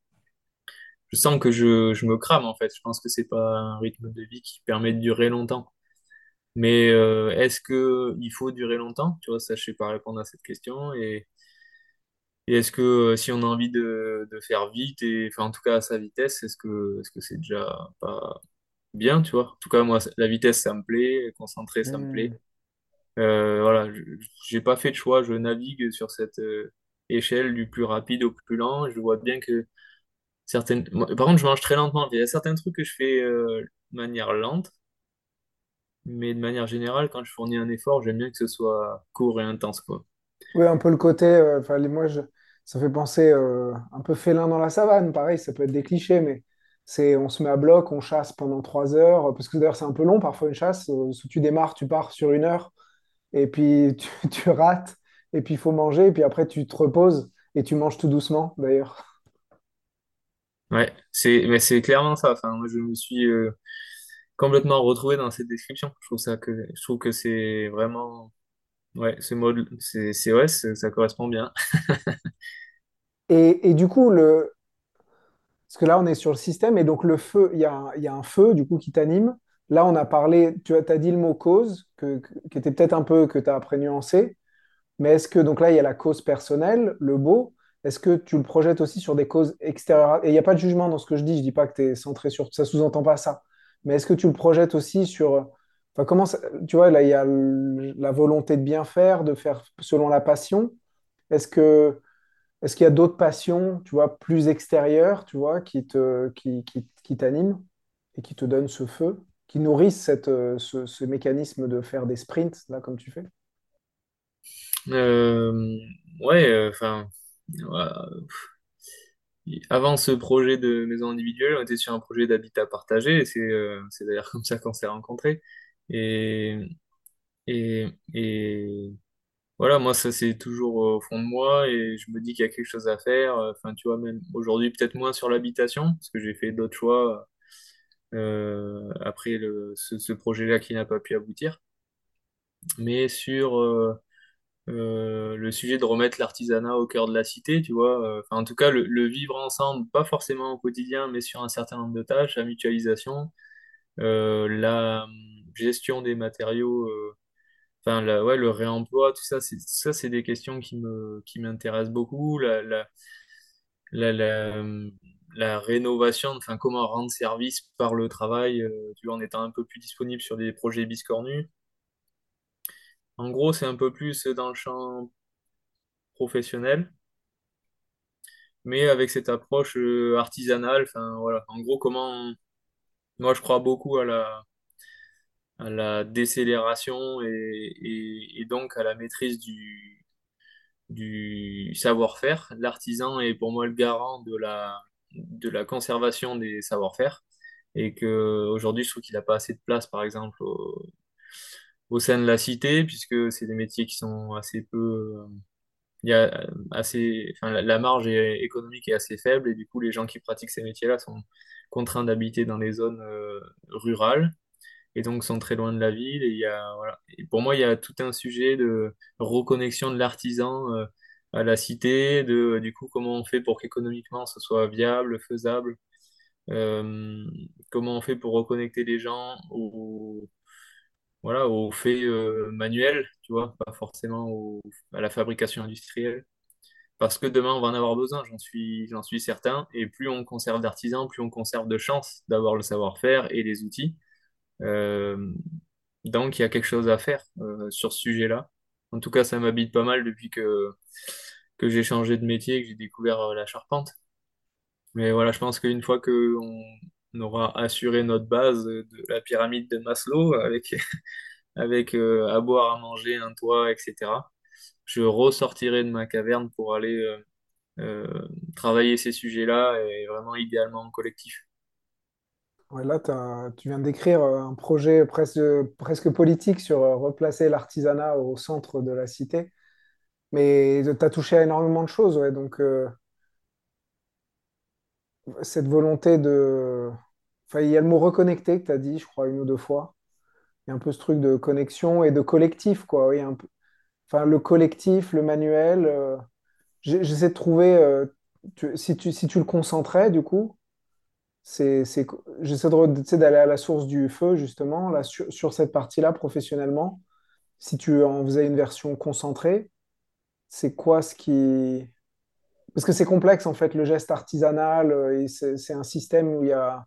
Je sens que je, je me crame en fait. Je pense que c'est pas un rythme de vie qui permet de durer longtemps. Mais euh, est-ce que il faut durer longtemps? Tu vois, ça, je sais pas répondre à cette question. Et, et est-ce que euh, si on a envie de, de faire vite et enfin en tout cas à sa vitesse, est-ce que est-ce que c'est déjà pas bien, tu vois? En tout cas, moi, la vitesse, ça me plaît, concentré, ça me plaît. Hmm. Euh, voilà, je- j'ai pas fait de choix. Je navigue sur cette euh, échelle du plus rapide au plus lent. Je vois bien que certaines. Moi, par contre, je mange très lentement. Il y a certains trucs que je fais euh, de manière lente, mais de manière générale, quand je fournis un effort, j'aime bien que ce soit court et intense, quoi. Oui, un peu le côté, euh, enfin, les- moi, je, ça fait penser euh, un peu félin dans la savane, pareil, ça peut être des clichés, mais c'est on se met à bloc, on chasse pendant trois heures, parce que d'ailleurs c'est un peu long parfois une chasse, euh, si tu démarres, tu pars sur une heure, et puis tu, tu rates, et puis il faut manger, et puis après tu te reposes, et tu manges tout doucement d'ailleurs. Ouais, c'est, mais c'est clairement ça. Enfin, moi, je me suis euh, complètement retrouvé dans cette description. Je trouve ça que, je trouve que c'est vraiment, ouais, ce mode, c'est, c'est ouais, c'est- ça correspond bien. Et, et du coup, le, parce que là on est sur le système, et donc le feu, il y a, un- il y a un feu du coup qui t'anime. Là on a parlé, tu as, t'as dit le mot cause, que, que- qui était peut-être un peu, que tu as après nuancé. Mais est-ce que, donc là, il y a la cause personnelle, le beau. Est-ce que tu le projettes aussi sur des causes extérieures? Et il n'y a pas de jugement dans ce que je dis. Je dis pas que tu es centré sur... Ça sous-entend pas ça. Mais est-ce que tu le projettes aussi sur... Enfin, comment ça- Tu vois, là, il y a le- la volonté de bien faire, de faire selon la passion. Est-ce que... Est-ce qu'il y a d'autres passions, tu vois, plus extérieures, tu vois, qui te, qui, qui, qui t'animent et qui te donnent ce feu, qui nourrissent cette, euh, ce, ce mécanisme de faire des sprints, là, comme tu fais? Euh, ouais, euh, enfin, voilà. Avant ce projet de maison individuelle, on était sur un projet d'habitat partagé, et c'est euh, c'est d'ailleurs comme ça qu'on s'est rencontrés. Et, et, et voilà, moi, ça c'est toujours au fond de moi, et je me dis qu'il y a quelque chose à faire. Enfin, tu vois, même aujourd'hui, peut-être moins sur l'habitation, parce que j'ai fait d'autres choix euh, après le, ce, ce projet-là qui n'a pas pu aboutir, mais sur euh, euh, le sujet de remettre l'artisanat au cœur de la cité, tu vois. euh, Enfin, en tout cas, le, le vivre ensemble, pas forcément au quotidien, mais sur un certain nombre de tâches, la mutualisation, euh, la hum, gestion des matériaux, euh, enfin, la- ouais, le réemploi, tout ça, c'est, ça, c'est des questions qui me, qui m'intéressent beaucoup. La, la, la, la, hum, la rénovation, enfin, comment rendre service par le travail, euh, tu vois, en étant un peu plus disponible sur des projets biscornus. En gros, c'est un peu plus dans le champ professionnel, mais avec cette approche euh, artisanale. Enfin, voilà. En gros, comment moi je crois beaucoup à la, à la décélération et, et, et donc à la maîtrise du, du savoir-faire. L'artisan est pour moi le garant de la, de la conservation des savoir-faire et que aujourd'hui je trouve qu'il n'a pas assez de place, par exemple, au, au sein de la cité, puisque c'est des métiers qui sont assez peu il y a euh, assez, enfin, la, la marge est- économique est assez faible et du coup, les gens qui pratiquent ces métiers-là sont contraints d'habiter dans des zones euh, rurales et donc sont très loin de la ville. Et il y a, voilà. Et pour moi, il y a tout un sujet de reconnexion de l'artisan euh, à la cité, de du coup, comment on fait pour qu'économiquement ce soit viable, faisable Euh, Comment on fait pour reconnecter les gens au, voilà, aux faits euh, manuels, tu vois, pas forcément au- à la fabrication industrielle. Parce que demain, on va en avoir besoin, j'en suis, j'en suis certain. Et plus on conserve d'artisans, plus on conserve de chances d'avoir le savoir-faire et les outils. Euh, donc, il y a quelque chose à faire euh, sur ce sujet-là. En tout cas, ça m'habite pas mal depuis que, que j'ai changé de métier et que j'ai découvert euh, la charpente. Mais voilà, je pense qu'une fois qu'on on aura assuré notre base de la pyramide de Maslow avec, avec euh, à boire, à manger, un toit, et cetera, je ressortirai de ma caverne pour aller euh, euh, travailler ces sujets-là et vraiment idéalement en collectif. Ouais, là, t'as- tu viens d'écrire euh, un projet presque, presque politique sur euh, replacer l'artisanat au centre de la cité. Mais tu as touché à énormément de choses, ouais. Donc, euh, cette volonté de... Enfin, il y a le mot reconnecter que tu as dit, je crois, une ou deux fois. Il y a un peu ce truc de connexion et de collectif, quoi. Oui, un peu... Enfin, le collectif, le manuel. euh, j'ai- J'essaie de trouver... euh, tu- si tu, si tu le concentrais, du coup, c'est, c'est... j'essaie de, re- tu sais, d'aller à la source du feu, justement, là, sur, sur cette partie-là, professionnellement. Si tu en faisais une version concentrée, c'est quoi ce qui... Parce que c'est complexe, en fait, le geste artisanal, euh, et c'est c'est un système où il y a...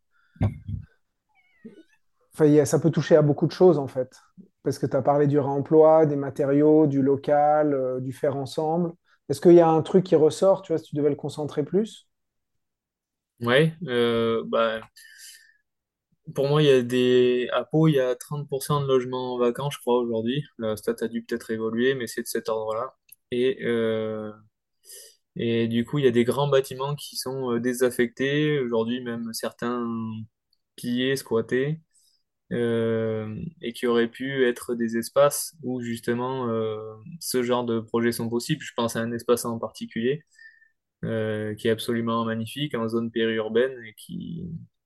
Enfin, il y a- ça peut toucher à beaucoup de choses, en fait. Parce que tu as parlé du réemploi, des matériaux, du local, euh, du faire ensemble. Est-ce qu'il y a un truc qui ressort, tu vois, si tu devais le concentrer plus? Ouais, euh, bah, pour moi, il y a des... À Pau, il y a trente pour cent de logements vacants, je crois, aujourd'hui. La stat a dû peut-être évoluer, mais c'est de cet ordre-là. Et, euh, et du coup, il y a des grands bâtiments qui sont euh, désaffectés, aujourd'hui même certains pillés, squattés, euh, et qui auraient pu être des espaces où justement euh, ce genre de projets sont possibles. Je pense à un espace en particulier euh, qui est absolument magnifique en zone périurbaine et qui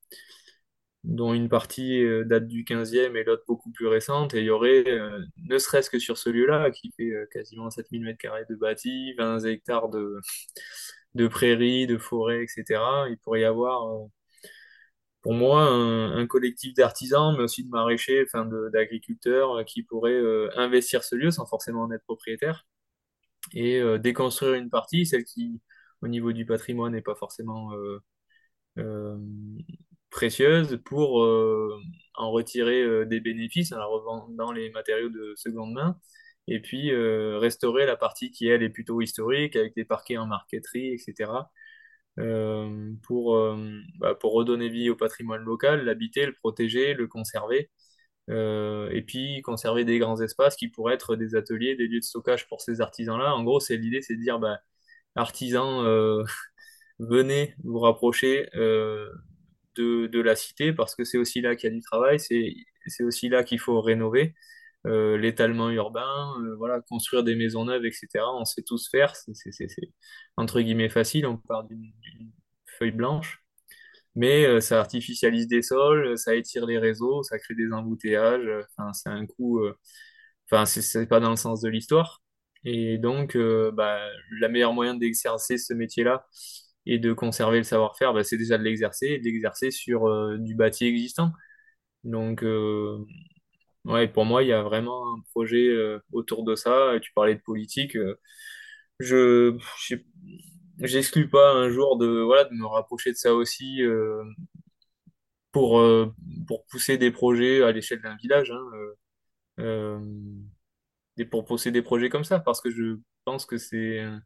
dont une partie euh, date du quinzième et l'autre beaucoup plus récente. Et il y aurait, euh, ne serait-ce que sur ce lieu-là, qui fait euh, quasiment sept mille mètres carrés de bâti, vingt hectares de, de prairies, de forêts, et cetera. Il pourrait y avoir, euh, pour moi, un, un collectif d'artisans, mais aussi de maraîchers, enfin de- d'agriculteurs, euh, qui pourraient euh, investir ce lieu sans forcément en être propriétaire et euh, déconstruire une partie, celle qui, au niveau du patrimoine, n'est pas forcément euh, euh, précieuse pour euh, en retirer euh, des bénéfices en la revendant les matériaux de seconde main et puis euh, restaurer la partie qui elle est plutôt historique avec des parquets en marqueterie, et cetera euh, pour, euh, bah, pour redonner vie au patrimoine local, l'habiter, le protéger, le conserver. Euh, et puis conserver des grands espaces qui pourraient être des ateliers, des lieux de stockage pour ces artisans-là. En gros, c'est l'idée, c'est de dire, bah, artisans, euh, venez vous rapprocher euh, de, de la cité parce que c'est aussi là qu'il y a du travail, c'est, c'est aussi là qu'il faut rénover euh, l'étalement urbain, euh, voilà, construire des maisons neuves, et cetera. On sait tous faire, c'est c'est- c'est- c'est, entre guillemets facile, on part d'une d'une feuille blanche, mais euh, ça artificialise des sols, ça étire les réseaux, ça crée des embouteillages, euh, enfin, c'est un coût, euh, enfin, c'est c'est pas dans le sens de l'histoire. Et donc, euh, bah, la meilleure moyen d'exercer ce métier-là et de conserver le savoir-faire, bah, c'est déjà de l'exercer et de l'exercer sur euh, du bâti existant. Donc, euh, ouais, pour moi, il y a vraiment un projet euh, autour de ça. Et tu parlais de politique. euh, je, je- j'exclus pas un jour de, voilà, de me rapprocher de ça aussi euh, pour, euh, pour pousser des projets à l'échelle d'un village, hein, euh, euh, et pour pousser des projets comme ça, parce que je pense que c'est un,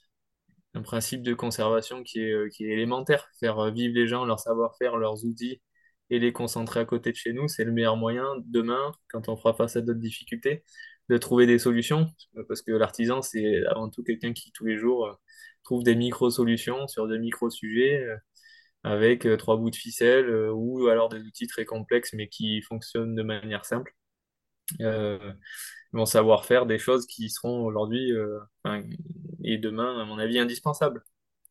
un principe de conservation qui est, euh, qui est élémentaire. Faire euh, vivre les gens, leur savoir-faire, leurs outils et les concentrer à côté de chez nous, c'est le meilleur moyen demain, quand on fera face à d'autres difficultés, de trouver des solutions. Parce que l'artisan, c'est avant tout quelqu'un qui, tous les jours, euh, trouve des micro-solutions sur des micro-sujets euh, avec euh, trois bouts de ficelle euh, ou alors des outils très complexes mais qui fonctionnent de manière simple. Euh, Ils vont savoir faire des choses qui seront aujourd'hui euh, enfin, et demain, à mon avis, indispensables.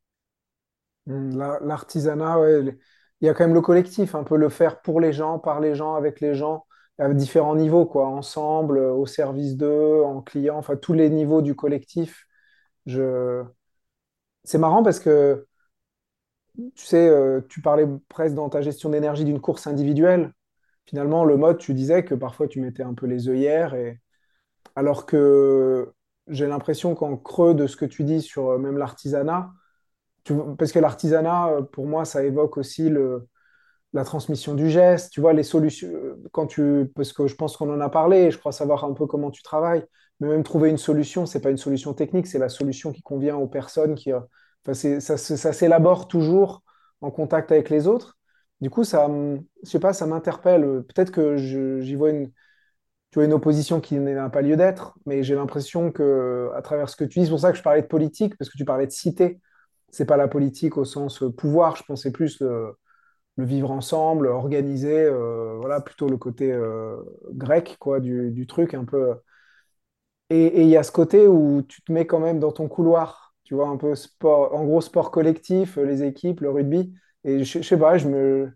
Hmm, la- L'artisanat, ouais, le- il y a quand même le collectif, un peu le faire pour les gens, par les gens, avec les gens, à différents niveaux, quoi, ensemble, euh, au service d'eux, en client, enfin tous les niveaux du collectif. Je... C'est marrant parce que tu sais, euh, tu parlais presque dans ta gestion d'énergie d'une course individuelle. Finalement, le mode, tu disais que parfois tu mettais un peu les œillères, et... alors que j'ai l'impression qu'en creux de ce que tu dis sur euh, même l'artisanat, tu vois, parce que l'artisanat, euh, pour moi, ça évoque aussi le, la transmission du geste, tu vois, les solutions, euh, quand tu, parce que je pense qu'on en a parlé, et je crois savoir un peu comment tu travailles, mais même trouver une solution, c'est pas une solution technique, c'est la solution qui convient aux personnes qui, euh, enfin, c'est, ça, se- ça s'élabore toujours en contact avec les autres. Du coup, ça, me- je sais pas, ça m'interpelle. Peut-être que je- j'y vois une, tu vois, une opposition qui n'a pas lieu d'être, mais j'ai l'impression que, à travers ce que tu dis, c'est pour ça que je parlais de politique, parce que tu parlais de cité. C'est pas la politique au sens euh, pouvoir, je pensais plus euh, le vivre ensemble, organisé, euh, voilà, plutôt le côté euh, grec, quoi, du, du truc un peu. Et et il y a ce côté où tu te mets quand même dans ton couloir, tu vois, un peu sport, en gros sport collectif, euh, les équipes, le rugby. Et je, je sais pas, je me,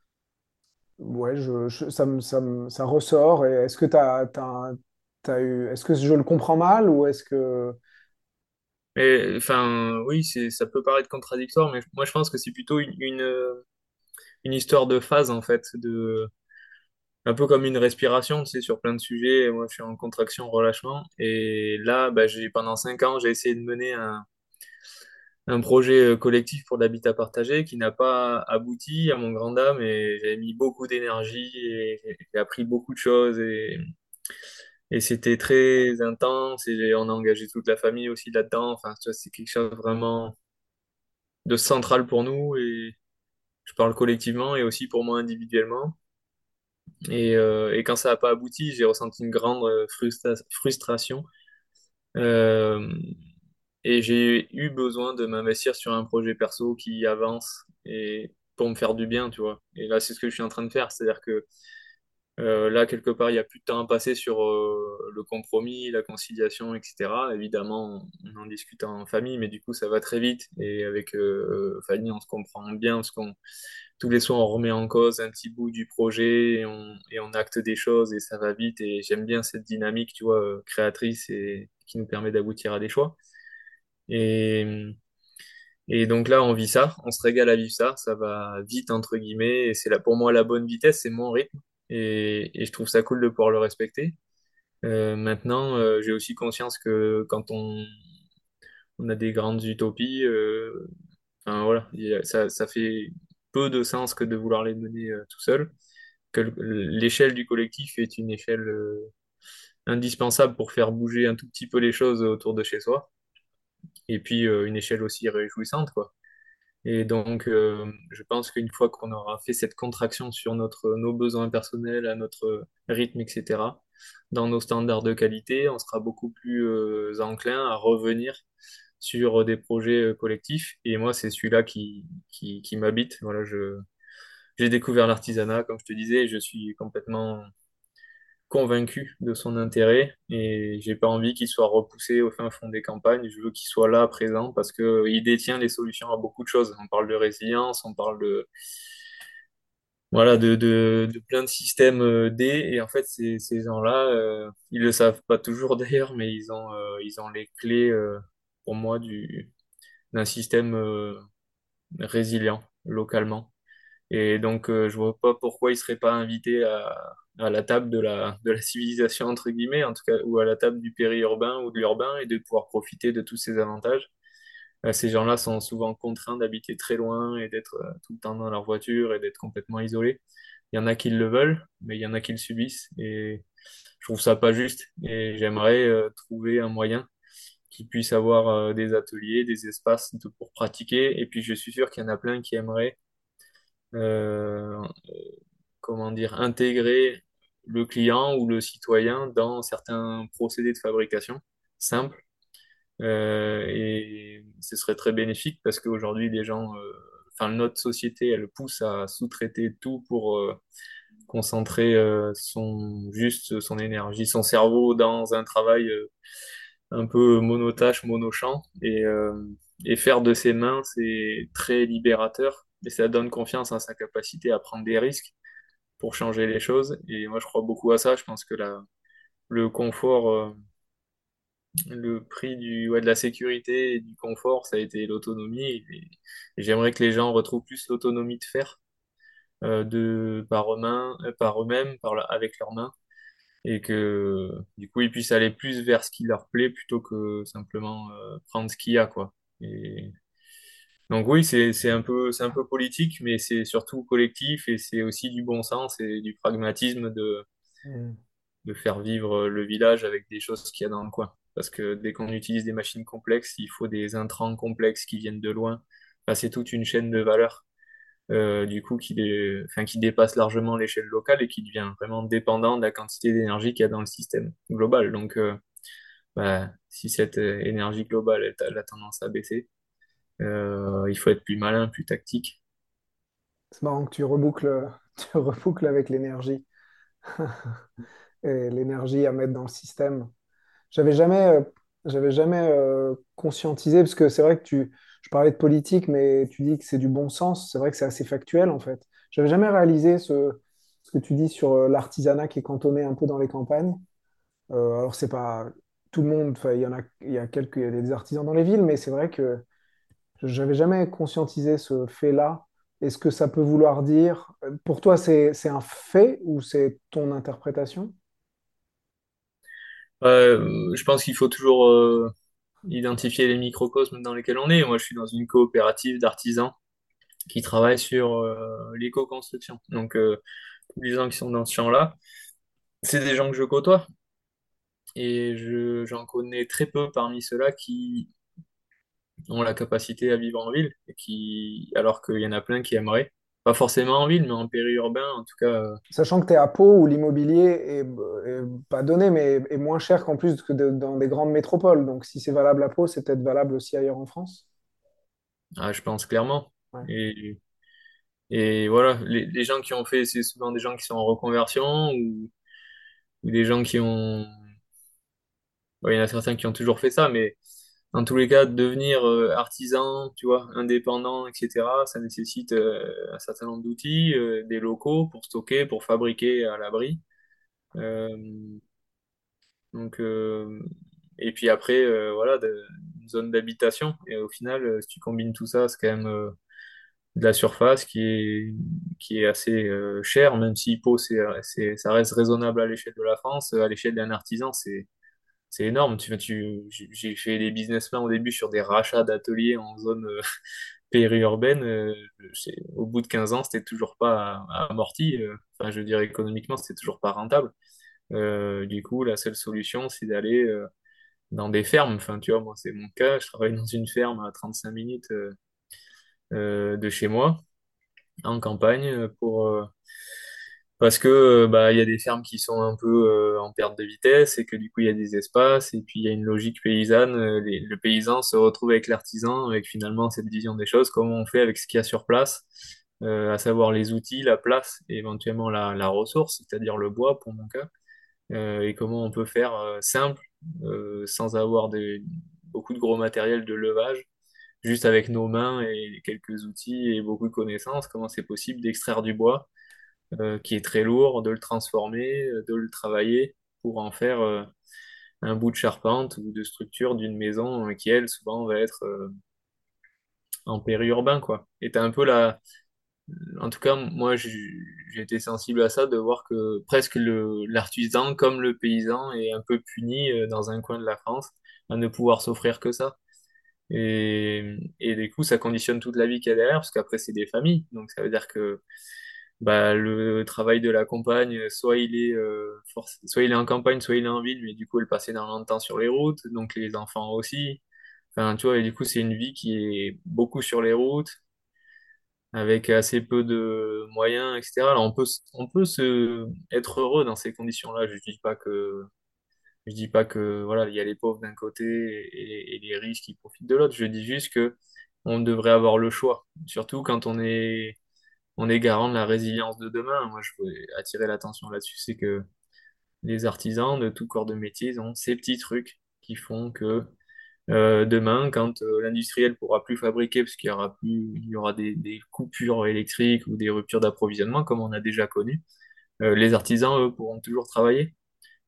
ouais, je, je- ça me, ça me- ça ressort. Et est-ce que t'as, t'as, t'as eu, est-ce que je le comprends mal ou est-ce que, Mais enfin, oui, c'est, ça peut paraître contradictoire, mais moi je pense que c'est plutôt une, une, euh, une histoire de phase en fait, de un peu comme une respiration, tu sais, sur plein de sujets. Moi, je suis en contraction, relâchement, et là, bah, j'ai pendant cinq ans, j'ai essayé de mener un, un projet euh, collectif pour l'habitat partagé qui n'a pas abouti à mon grand dam, et j'ai mis beaucoup d'énergie et j'ai j'ai appris beaucoup de choses et, et c'était très intense et j'ai- on a engagé toute la famille aussi là-dedans. Enfin, tu vois, c'est quelque chose vraiment de central pour nous et je parle collectivement et aussi pour moi individuellement. Et, euh, et quand ça n'a pas abouti, j'ai ressenti une grande euh, frustra- frustration. Euh, et j'ai eu besoin de m'investir sur un projet perso qui avance et pour me faire du bien, tu vois. Et là, c'est ce que je suis en train de faire. C'est-à-dire que euh, là, quelque part, il n'y a plus de temps à passer sur euh, le compromis, la conciliation, et cetera. Évidemment, on en discute en famille, mais du coup, ça va très vite. Et avec euh, Fanny, on se comprend bien parce qu'on tous les soirs, on remet en cause un petit bout du projet et on, et on acte des choses et ça va vite. Et j'aime bien cette dynamique, tu vois, euh, créatrice et qui nous permet d'aboutir à des choix. Et, et donc là, on vit ça, on se régale à vivre ça, ça va vite, entre guillemets, et c'est là pour moi la bonne vitesse, c'est mon rythme. Et, et je trouve ça cool de pouvoir le respecter. Euh, maintenant, euh, j'ai aussi conscience que quand on, on a des grandes utopies, euh, enfin, voilà, il y a- ça, ça fait peu de sens que de vouloir les mener euh, tout seul, que le- l'échelle du collectif est une échelle euh, indispensable pour faire bouger un tout petit peu les choses autour de chez soi, et puis euh, une échelle aussi réjouissante, quoi. Et donc, euh, je pense qu'une fois qu'on aura fait cette contraction sur notre, nos besoins personnels, à notre rythme, et cetera, dans nos standards de qualité, on sera beaucoup plus euh, enclin à revenir sur des projets euh, collectifs. Et moi, c'est celui-là qui, qui, qui m'habite. Voilà, je, j'ai découvert l'artisanat, comme je te disais, et je suis complètement convaincu de son intérêt et j'ai pas envie qu'il soit repoussé au fin fond des campagnes. Je veux qu'il soit là, présent, parce que euh, il détient les solutions à beaucoup de choses. On parle de résilience, on parle de, voilà, de, de, de plein de systèmes euh, D et en fait, ces, ces gens-là, euh, ils le savent pas toujours d'ailleurs, mais ils ont, euh, ils ont les clés, euh, pour moi, du, d'un système euh, résilient localement. Et donc, euh, je vois pas pourquoi il serait pas invité à, à la table de la, de la civilisation, entre guillemets, en tout cas, ou à la table du périurbain ou de l'urbain, et de pouvoir profiter de tous ces avantages. Euh, ces gens-là sont souvent contraints d'habiter très loin et d'être euh, tout le temps dans leur voiture et d'être complètement isolés. Il y en a qui le veulent, mais il y en a qui le subissent, et je trouve ça pas juste. Et j'aimerais euh, trouver un moyen qu'ils puissent avoir euh, des ateliers, des espaces de- pour pratiquer. Et puis, je suis sûr qu'il y en a plein qui aimeraient euh, comment dire, intégrer le client ou le citoyen dans certains procédés de fabrication simples. Euh, et ce serait très bénéfique parce qu'aujourd'hui, les gens, euh, enfin, notre société, elle pousse à sous-traiter tout pour euh, concentrer euh, son, juste son énergie, son cerveau dans un travail euh, un peu monotâche, monochamp. Et, euh, et faire de ses mains, c'est très libérateur et ça donne confiance en sa capacité à prendre des risques pour changer les choses. Et moi, je crois beaucoup à ça. Je pense que la, le confort, euh, le prix du, ouais, de la sécurité et du confort, ça a été l'autonomie. Et, et j'aimerais que les gens retrouvent plus l'autonomie de faire euh, de, par eux-mêmes, euh, par eux-mêmes, par la- avec leurs mains, et que du coup ils puissent aller plus vers ce qui leur plaît plutôt que simplement euh, prendre ce qu'il y a, quoi. Et donc oui, c'est c'est un peu c'est un peu politique, mais c'est surtout collectif et c'est aussi du bon sens et du pragmatisme de Mm. de faire vivre le village avec des choses qu'il y a dans le coin. Parce que dès qu'on utilise des machines complexes, il faut des intrants complexes qui viennent de loin. Enfin, c'est toute une chaîne de valeur, euh, du coup, qui, dé- enfin, qui dépasse largement l'échelle locale et qui devient vraiment dépendant de la quantité d'énergie qu'il y a dans le système global. Donc, euh, bah, si cette euh, énergie globale elle, elle a tendance à baisser, euh, il faut être plus malin, plus tactique. C'est marrant que tu reboucles, tu reboucles avec l'énergie et l'énergie à mettre dans le système. J'avais jamais, euh, j'avais jamais euh, conscientisé, parce que c'est vrai que tu, je parlais de politique, mais tu dis que c'est du bon sens. C'est vrai que c'est assez factuel, en fait. J'avais jamais réalisé ce, ce que tu dis sur euh, l'artisanat qui est cantonné un peu dans les campagnes. Euh, alors, c'est pas tout le monde, enfin, il y en a, il y a quelques, il y a des artisans dans les villes, mais c'est vrai que j'avais jamais conscientisé ce fait-là. Est-ce que ça peut vouloir dire, euh, pour toi, c'est, c'est un fait ou c'est ton interprétation? Euh, je pense qu'il faut toujours euh, identifier les microcosmes dans lesquels on est. Moi, je suis dans une coopérative d'artisans qui travaillent sur euh, l'éco-construction. Donc, euh, tous les gens qui sont dans ce champ-là, c'est des gens que je côtoie. Et je, j'en connais très peu parmi ceux-là qui ont la capacité à vivre en ville, et qui, alors qu'il y en a plein qui aimeraient. Pas forcément en ville, mais en périurbain, en tout cas. euh, Sachant que tu es à Pau où l'immobilier est, est pas donné, mais est moins cher qu'en plus que de- dans des grandes métropoles. Donc si c'est valable à Pau, c'est peut-être valable aussi ailleurs en France. ah, je pense clairement. Ouais. Et, et voilà, les, les gens qui ont fait, c'est souvent des gens qui sont en reconversion ou, ou des gens qui ont. Bon, il y en a certains qui ont toujours fait ça, mais dans tous les cas, devenir euh, artisan, tu vois, indépendant, et cetera, ça nécessite euh, un certain nombre d'outils, euh, des locaux pour stocker, pour fabriquer à l'abri. Euh, donc, euh, et puis après, euh, voilà, de, une zone d'habitation. Et au final, euh, si tu combines tout ça, c'est quand même euh, de la surface qui est, qui est assez euh, chère, même si Pau, c'est, c'est, ça reste raisonnable à l'échelle de la France. À l'échelle d'un artisan, c'est c'est énorme. Tu, tu, j'ai j'ai fait des businessmen au début sur des rachats d'ateliers en zone euh, périurbaine. Euh, c'est- au bout de quinze ans, c'était toujours pas amorti. euh, Enfin, je veux dire, économiquement, c'était toujours pas rentable. Euh, du coup, la seule solution, c'est d'aller euh, dans des fermes. Enfin, tu vois, moi, c'est mon cas. Je travaille dans une ferme à trente-cinq minutes euh, euh, de chez moi, en campagne, euh, pour, euh, parce que euh, bah il y a des fermes qui sont un peu euh, en perte de vitesse et que du coup il y a des espaces et puis il y a une logique paysanne. euh, les- le paysan se retrouve avec l'artisan avec finalement cette vision des choses, comment on fait avec ce qu'il y a sur place, euh, à savoir les outils, la place et éventuellement la, la ressource, c'est-à-dire le bois pour mon cas, euh, et comment on peut faire euh, simple, euh, sans avoir des, beaucoup de gros matériel de levage, juste avec nos mains et quelques outils et beaucoup de connaissances, comment c'est possible d'extraire du bois euh, qui est très lourd, de le transformer, euh, de le travailler pour en faire euh, un bout de charpente ou de structure d'une maison euh, qui, elle, souvent va être euh, en périurbain, quoi. Et t'as un peu la... En tout cas, moi, j'ai j'ai été sensible à ça, de voir que presque le l'artisan, comme le paysan, est un peu puni euh, dans un coin de la France à ne pouvoir s'offrir que ça. Et, et du coup, ça conditionne toute la vie qu'il y a derrière, parce qu'après, c'est des familles. Donc, ça veut dire que bah, le travail de la campagne, soit il est, euh, forc- soit il est en campagne, soit il est en ville, mais du coup, elle passe énormément de temps sur les routes, donc les enfants aussi. Enfin, tu vois, et du coup, c'est une vie qui est beaucoup sur les routes, avec assez peu de moyens, et cetera. Alors, on peut, s- on peut se, être heureux dans ces conditions-là. Je dis pas que, je dis pas que, voilà, il y a les pauvres d'un côté et, et les riches qui profitent de l'autre. Je dis juste que on devrait avoir le choix, surtout quand on est on est garant de la résilience de demain. Moi, je voulais attirer l'attention là-dessus, c'est que les artisans de tout corps de métier, ils ont ces petits trucs qui font que euh, demain, quand euh, l'industriel pourra plus fabriquer, parce qu'il y aura plus, il y aura des, des coupures électriques ou des ruptures d'approvisionnement, comme on a déjà connu, euh, les artisans, eux, pourront toujours travailler.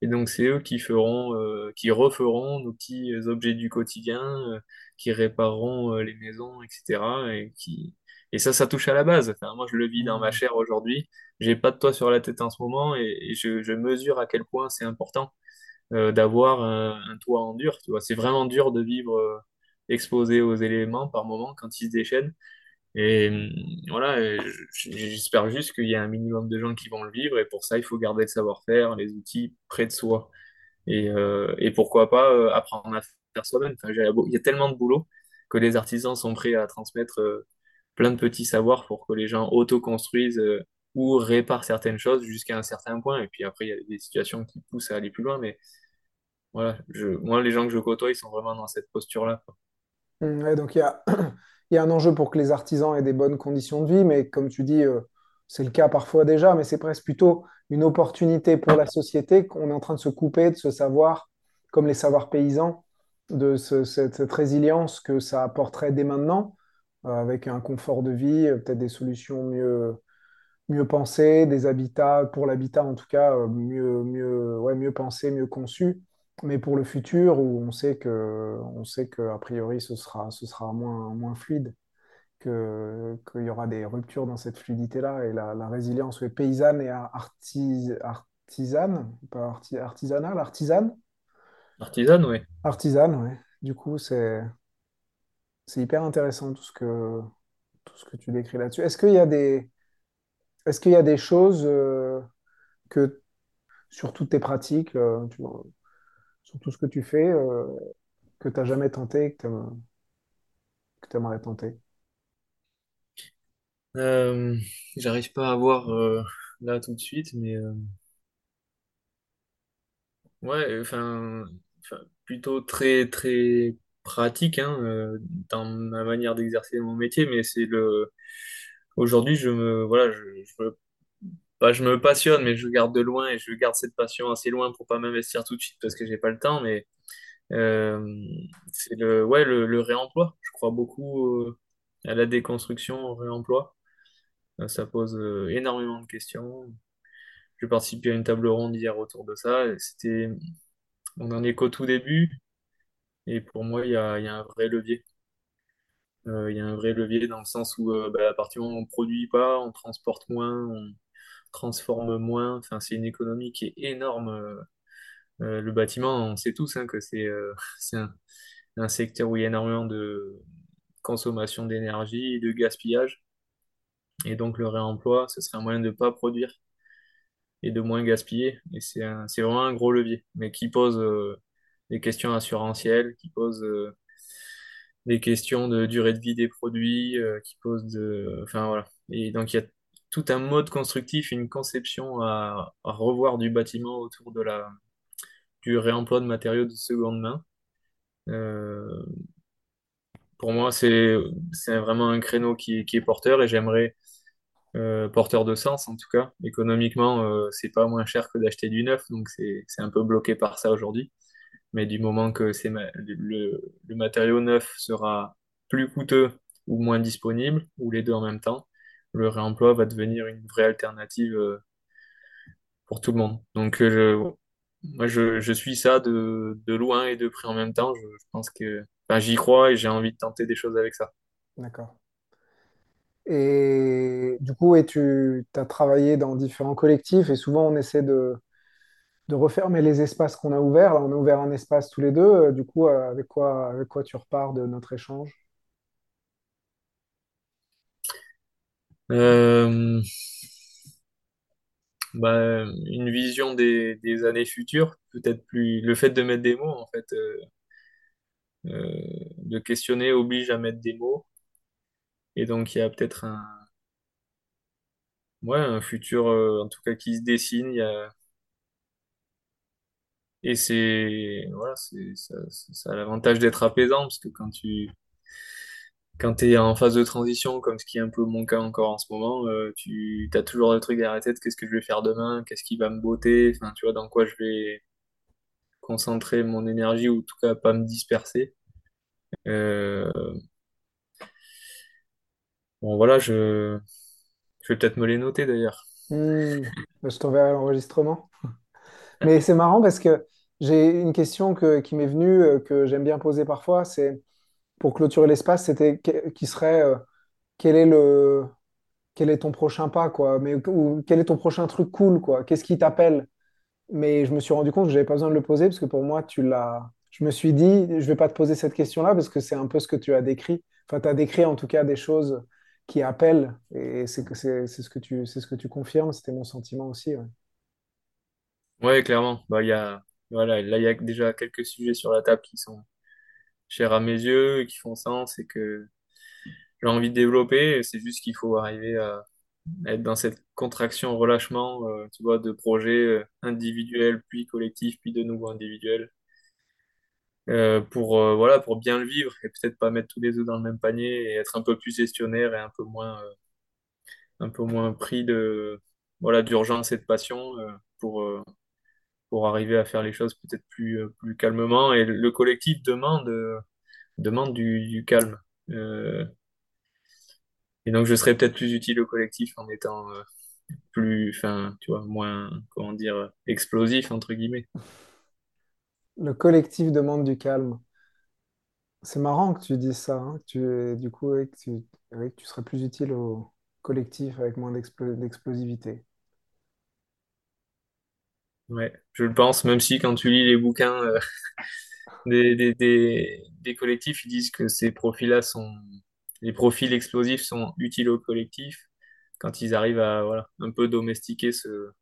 Et donc, c'est eux qui feront, euh, qui referont nos petits objets du quotidien, euh, qui répareront euh, les maisons, et cetera. Et qui, et ça, ça touche à la base. Enfin, moi, je le vis dans ma Hmm. chair aujourd'hui. J'ai pas de toit sur la tête en ce moment et, et je, je mesure à quel point c'est important euh, d'avoir un, un toit en dur. Tu vois, c'est vraiment dur de vivre euh, exposé aux éléments par moment quand ils se déchaînent. Et hum, voilà, et j- j'espère juste qu'il y a un minimum de gens qui vont le vivre, et pour ça, il faut garder le savoir-faire, les outils près de soi. Et, euh, et pourquoi pas euh, apprendre à faire soi-même. Enfin, j'ai- il y a tellement de boulot que les artisans sont prêts à transmettre euh, plein de petits savoirs pour que les gens auto-construisent euh, ou réparent certaines choses jusqu'à un certain point. Et puis après, il y a des situations qui poussent à aller plus loin. Mais voilà, je, moi, les gens que je côtoie, ils sont vraiment dans cette posture-là, quoi. Hmm, ouais, donc il y a, il y a un enjeu pour que les artisans aient des bonnes conditions de vie, mais comme tu dis, euh, c'est le cas parfois déjà, mais c'est presque plutôt une opportunité pour la société qu'on est en train de se couper de ce savoir, comme les savoirs paysans, de ce- cette, cette résilience que ça apporterait dès maintenant, euh, avec un confort de vie, euh, peut-être des solutions mieux, mieux pensées, des habitats, pour l'habitat en tout cas, euh, mieux, mieux, ouais, mieux pensés, mieux conçus. Mais pour le futur, où on sait que, on sait que a priori ce sera, ce sera moins, moins fluide, que, qu'il y aura des ruptures dans cette fluidité-là, et la, la résilience ouais, paysanne et artis, artisane, pas arti- artisanale, artisane, Artisane, ouais. artisane, ouais. Du coup, c'est, c'est hyper intéressant tout ce que, tout ce que tu décris là-dessus. Est-ce qu'il y a des, est-ce qu'il y a des choses euh, que sur toutes tes pratiques, euh, tu vois, sur tout ce que tu fais, euh, que tu n'as jamais tenté et que tu aimerais tenter? Euh, J'arrive pas à voir euh, là tout de suite, mais euh, ouais, enfin, enfin, plutôt très très pratique hein, euh, dans ma manière d'exercer mon métier, mais c'est le aujourd'hui je me voilà je, je me pas je me passionne, mais je garde de loin et je garde cette passion assez loin pour pas m'investir tout de suite parce que j'ai pas le temps, mais euh, c'est le ouais le, le réemploi. Je crois beaucoup euh, à la déconstruction, au réemploi. Euh, Ça pose euh, énormément de questions. J'ai participé à une table ronde hier autour de ça. Et C'était, on en est qu'au tout début. Et pour moi, il y a, il y a un vrai levier. Euh, il y a un vrai levier dans le sens où, euh, bah, à partir du moment où on produit pas, on transporte moins, on transforme moins. Enfin, c'est une économie qui est énorme. Euh, euh, le bâtiment, on sait tous hein, que c'est euh, c'est un, un secteur où il y a énormément de consommation d'énergie, de gaspillage. Et donc, le réemploi, ce serait un moyen de ne pas produire et de moins gaspiller. Et c'est un- c'est vraiment un gros levier, mais qui pose euh, des questions assurantielles, qui pose euh, des questions de durée de vie des produits, euh, qui pose de... Enfin voilà. Et donc il y a tout un mode constructif, une conception à, à revoir du bâtiment autour de la, du réemploi de matériaux de seconde main. Euh, pour moi, c'est, c'est vraiment un créneau qui, est- qui est porteur et j'aimerais, euh, porteur de sens en tout cas. Économiquement, euh, c'est pas moins cher que d'acheter du neuf, donc c'est, c'est un peu bloqué par ça aujourd'hui. Mais du moment que c'est ma- le, le matériau neuf sera plus coûteux ou moins disponible, ou les deux en même temps, le réemploi va devenir une vraie alternative euh, pour tout le monde. Donc euh, je, moi je, je suis ça de, de loin et de près en même temps. Je, je pense que enfin, j'y crois et j'ai envie de tenter des choses avec ça. D'accord. Et du coup, et tu as travaillé dans différents collectifs et souvent on essaie de, de refermer les espaces qu'on a ouverts. Là, on a ouvert un espace tous les deux. Euh, Du coup, euh, avec quoi, avec quoi tu repars de notre échange? Euh, Bah, une vision des, des années futures, peut-être plus le fait de mettre des mots en fait, euh, euh, de questionner oblige à mettre des mots. Et donc, il y a peut-être un, ouais, un futur, euh, en tout cas, qui se dessine. Il y a... Et c'est, voilà, c'est, ça, ça a l'avantage d'être apaisant, parce que quand tu, quand t'es en phase de transition, comme ce qui est un peu mon cas encore en ce moment, euh, tu as toujours le truc derrière la tête, qu'est-ce que je vais faire demain, qu'est-ce qui va me botter, enfin, tu vois, dans quoi je vais concentrer mon énergie, ou en tout cas, pas me disperser. Euh, bon, voilà, je, je vais peut-être me les noter d'ailleurs. Hmm, je t'enverrai l'enregistrement. Mais c'est marrant parce que j'ai une question que- qui m'est venue, euh, que j'aime bien poser parfois, c'est pour clôturer l'espace, c'était que- qui serait euh, quel est le, quel est ton prochain pas, quoi, mais, ou quel est ton prochain truc cool, quoi, qu'est-ce qui t'appelle? Mais je me suis rendu compte que j'avais pas besoin de le poser parce que pour moi, tu l'as. Je me suis dit, je vais pas te poser cette question-là parce que c'est un peu ce que tu as décrit. Enfin, tu as décrit en tout cas des choses qui appellent et c'est que c'est c'est ce que tu c'est ce que tu confirmes. C'était mon sentiment aussi. Ouais. Ouais, clairement. Bah, il y a, voilà, là, il y a déjà quelques sujets sur la table qui sont chers à mes yeux et qui font sens et que j'ai envie de développer. Et c'est juste qu'il faut arriver à être dans cette contraction, relâchement, euh, tu vois, de projets euh, individuels, puis collectifs, puis de nouveau individuels, euh, pour, euh, voilà, pour bien le vivre et peut-être pas mettre tous les œufs dans le même panier et être un peu plus gestionnaire et un peu moins, euh, un peu moins pris de, voilà, d'urgence et de passion, euh, pour, euh, pour arriver à faire les choses peut-être plus, euh, plus calmement. Et le, le collectif demande, euh, demande du, du calme. Euh, et donc, je serais peut-être plus utile au collectif en étant euh, plus, enfin, tu vois, moins, comment dire, explosif, entre guillemets. Le collectif demande du calme. C'est marrant que tu dises ça. Hein, que tu, du coup, ouais, que tu, ouais, que tu serais plus utile au collectif avec moins d'explo- d'explosivité. Ouais, je le pense, même si quand tu lis les bouquins euh, des, des, des, des collectifs, ils disent que ces profils-là sont, les profils explosifs sont utiles au collectif quand ils arrivent à, voilà, un peu domestiquer ce,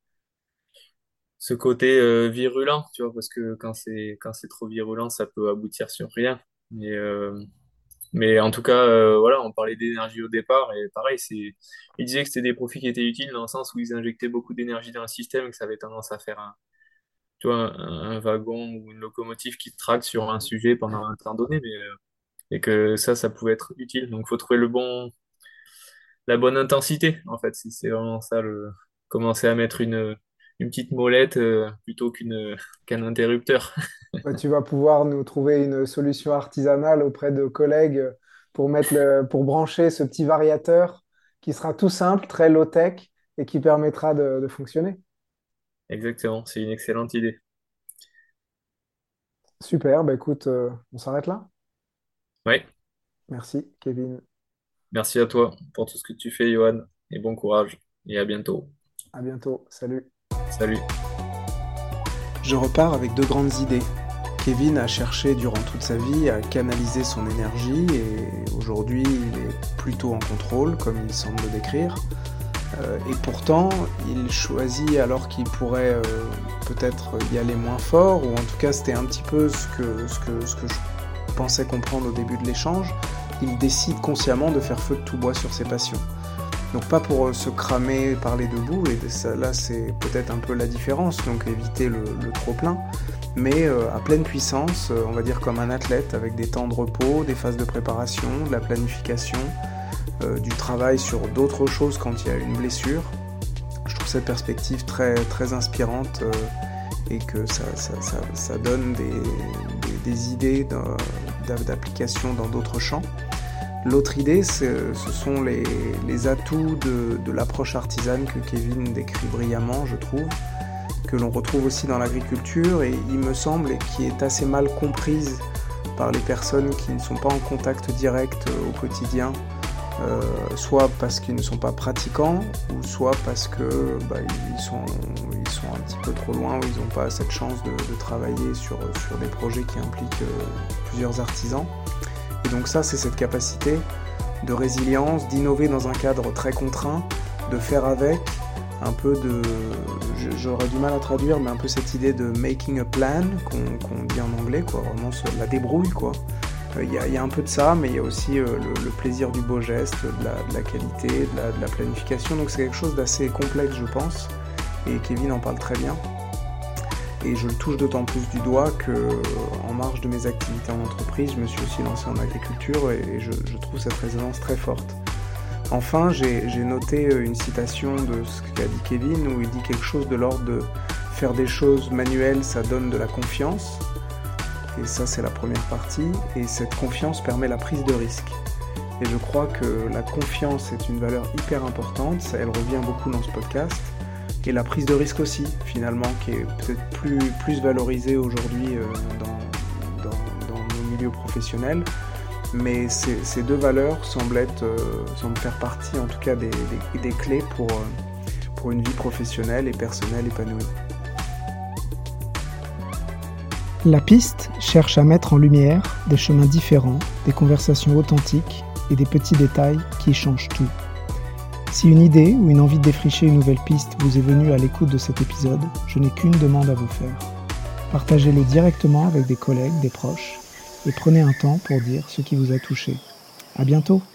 ce côté euh, virulent, tu vois, parce que quand c'est, quand c'est trop virulent, ça peut aboutir sur rien. Mais, euh, Mais en tout cas, euh, voilà, on parlait d'énergie au départ et pareil, c'est, ils disaient que c'était des profils qui étaient utiles dans le sens où ils injectaient beaucoup d'énergie dans le système et que ça avait tendance à faire un, tu vois, un, un wagon ou une locomotive qui traque sur un sujet pendant un temps donné, mais, euh, et que ça, ça pouvait être utile. Donc, faut trouver le bon, la bonne intensité, en fait. C'est c'est vraiment ça, le, commencer à mettre une, une petite molette euh, plutôt qu'une, qu'un interrupteur. Bah, tu vas pouvoir nous trouver une solution artisanale auprès de collègues pour mettre le, pour brancher ce petit variateur qui sera tout simple, très low-tech et qui permettra de, de fonctionner. Exactement, c'est une excellente idée. Super, bah écoute, euh, on s'arrête là. Ouais. Merci, Kevin. Merci à toi pour tout ce que tu fais, Johan, et bon courage, et à bientôt. À bientôt. Salut. Salut. Je repars avec deux grandes idées. Kevin a cherché durant toute sa vie à canaliser son énergie et aujourd'hui il est plutôt en contrôle, comme il semble le décrire. Euh, et pourtant, il choisit alors qu'il pourrait euh, peut-être y aller moins fort, ou en tout cas c'était un petit peu ce que, ce que, ce que je pensais comprendre au début de l'échange, il décide consciemment de faire feu de tout bois sur ses passions. Donc pas pour euh, se cramer par les deux bouts, et ça, là c'est peut-être un peu la différence, donc éviter le, le trop-plein, mais euh, à pleine puissance, euh, on va dire comme un athlète, avec des temps de repos, des phases de préparation, de la planification, euh, du travail sur d'autres choses quand il y a une blessure. Je trouve cette perspective très, très inspirante euh, et que ça, ça, ça, ça donne des, des, des idées d'application dans d'autres champs. L'autre idée, ce sont les, les atouts de, de l'approche artisane que Kevin décrit brillamment, je trouve, que l'on retrouve aussi dans l'agriculture et il me semble qui est assez mal comprise par les personnes qui ne sont pas en contact direct au quotidien, euh, soit parce qu'ils ne sont pas pratiquants, ou soit parce que bah, ils, sont, ils sont un petit peu trop loin, ou ils n'ont pas cette chance de, de travailler sur, sur des projets qui impliquent euh, plusieurs artisans. Et donc ça, c'est cette capacité de résilience, d'innover dans un cadre très contraint, de faire avec, un peu de... J'aurais du mal à traduire, mais un peu cette idée de making a plan, qu'on qu'on dit en anglais, quoi, vraiment la débrouille, quoi. Il euh, y, y a un peu de ça, mais il y a aussi euh, le, le plaisir du beau geste, de la, de la qualité, de la, de la planification, donc c'est quelque chose d'assez complexe, je pense, et Kevin en parle très bien. Et je le touche d'autant plus du doigt que, en marge de mes activités en entreprise, je me suis aussi lancé en agriculture et je, je trouve cette résonance très forte. Enfin, j'ai noté une citation de ce qu'a dit Kevin, où il dit quelque chose de l'ordre de faire des choses manuelles, ça donne de la confiance. Et ça, c'est la première partie. Et cette confiance permet la prise de risque. Et je crois que la confiance est une valeur hyper importante. Ça, elle revient beaucoup dans ce podcast. Et la prise de risque aussi, finalement, qui est peut-être plus, plus valorisée aujourd'hui euh, dans, dans, dans nos milieux professionnels. Mais ces, ces deux valeurs semblent, être, euh, semblent faire partie, en tout cas, des, des, des clés pour, euh, pour une vie professionnelle et personnelle épanouie. La piste cherche à mettre en lumière des chemins différents, des conversations authentiques et des petits détails qui changent tout. Si une idée ou une envie de défricher une nouvelle piste vous est venue à l'écoute de cet épisode, je n'ai qu'une demande à vous faire. Partagez-le directement avec des collègues, des proches, et prenez un temps pour dire ce qui vous a touché. À bientôt!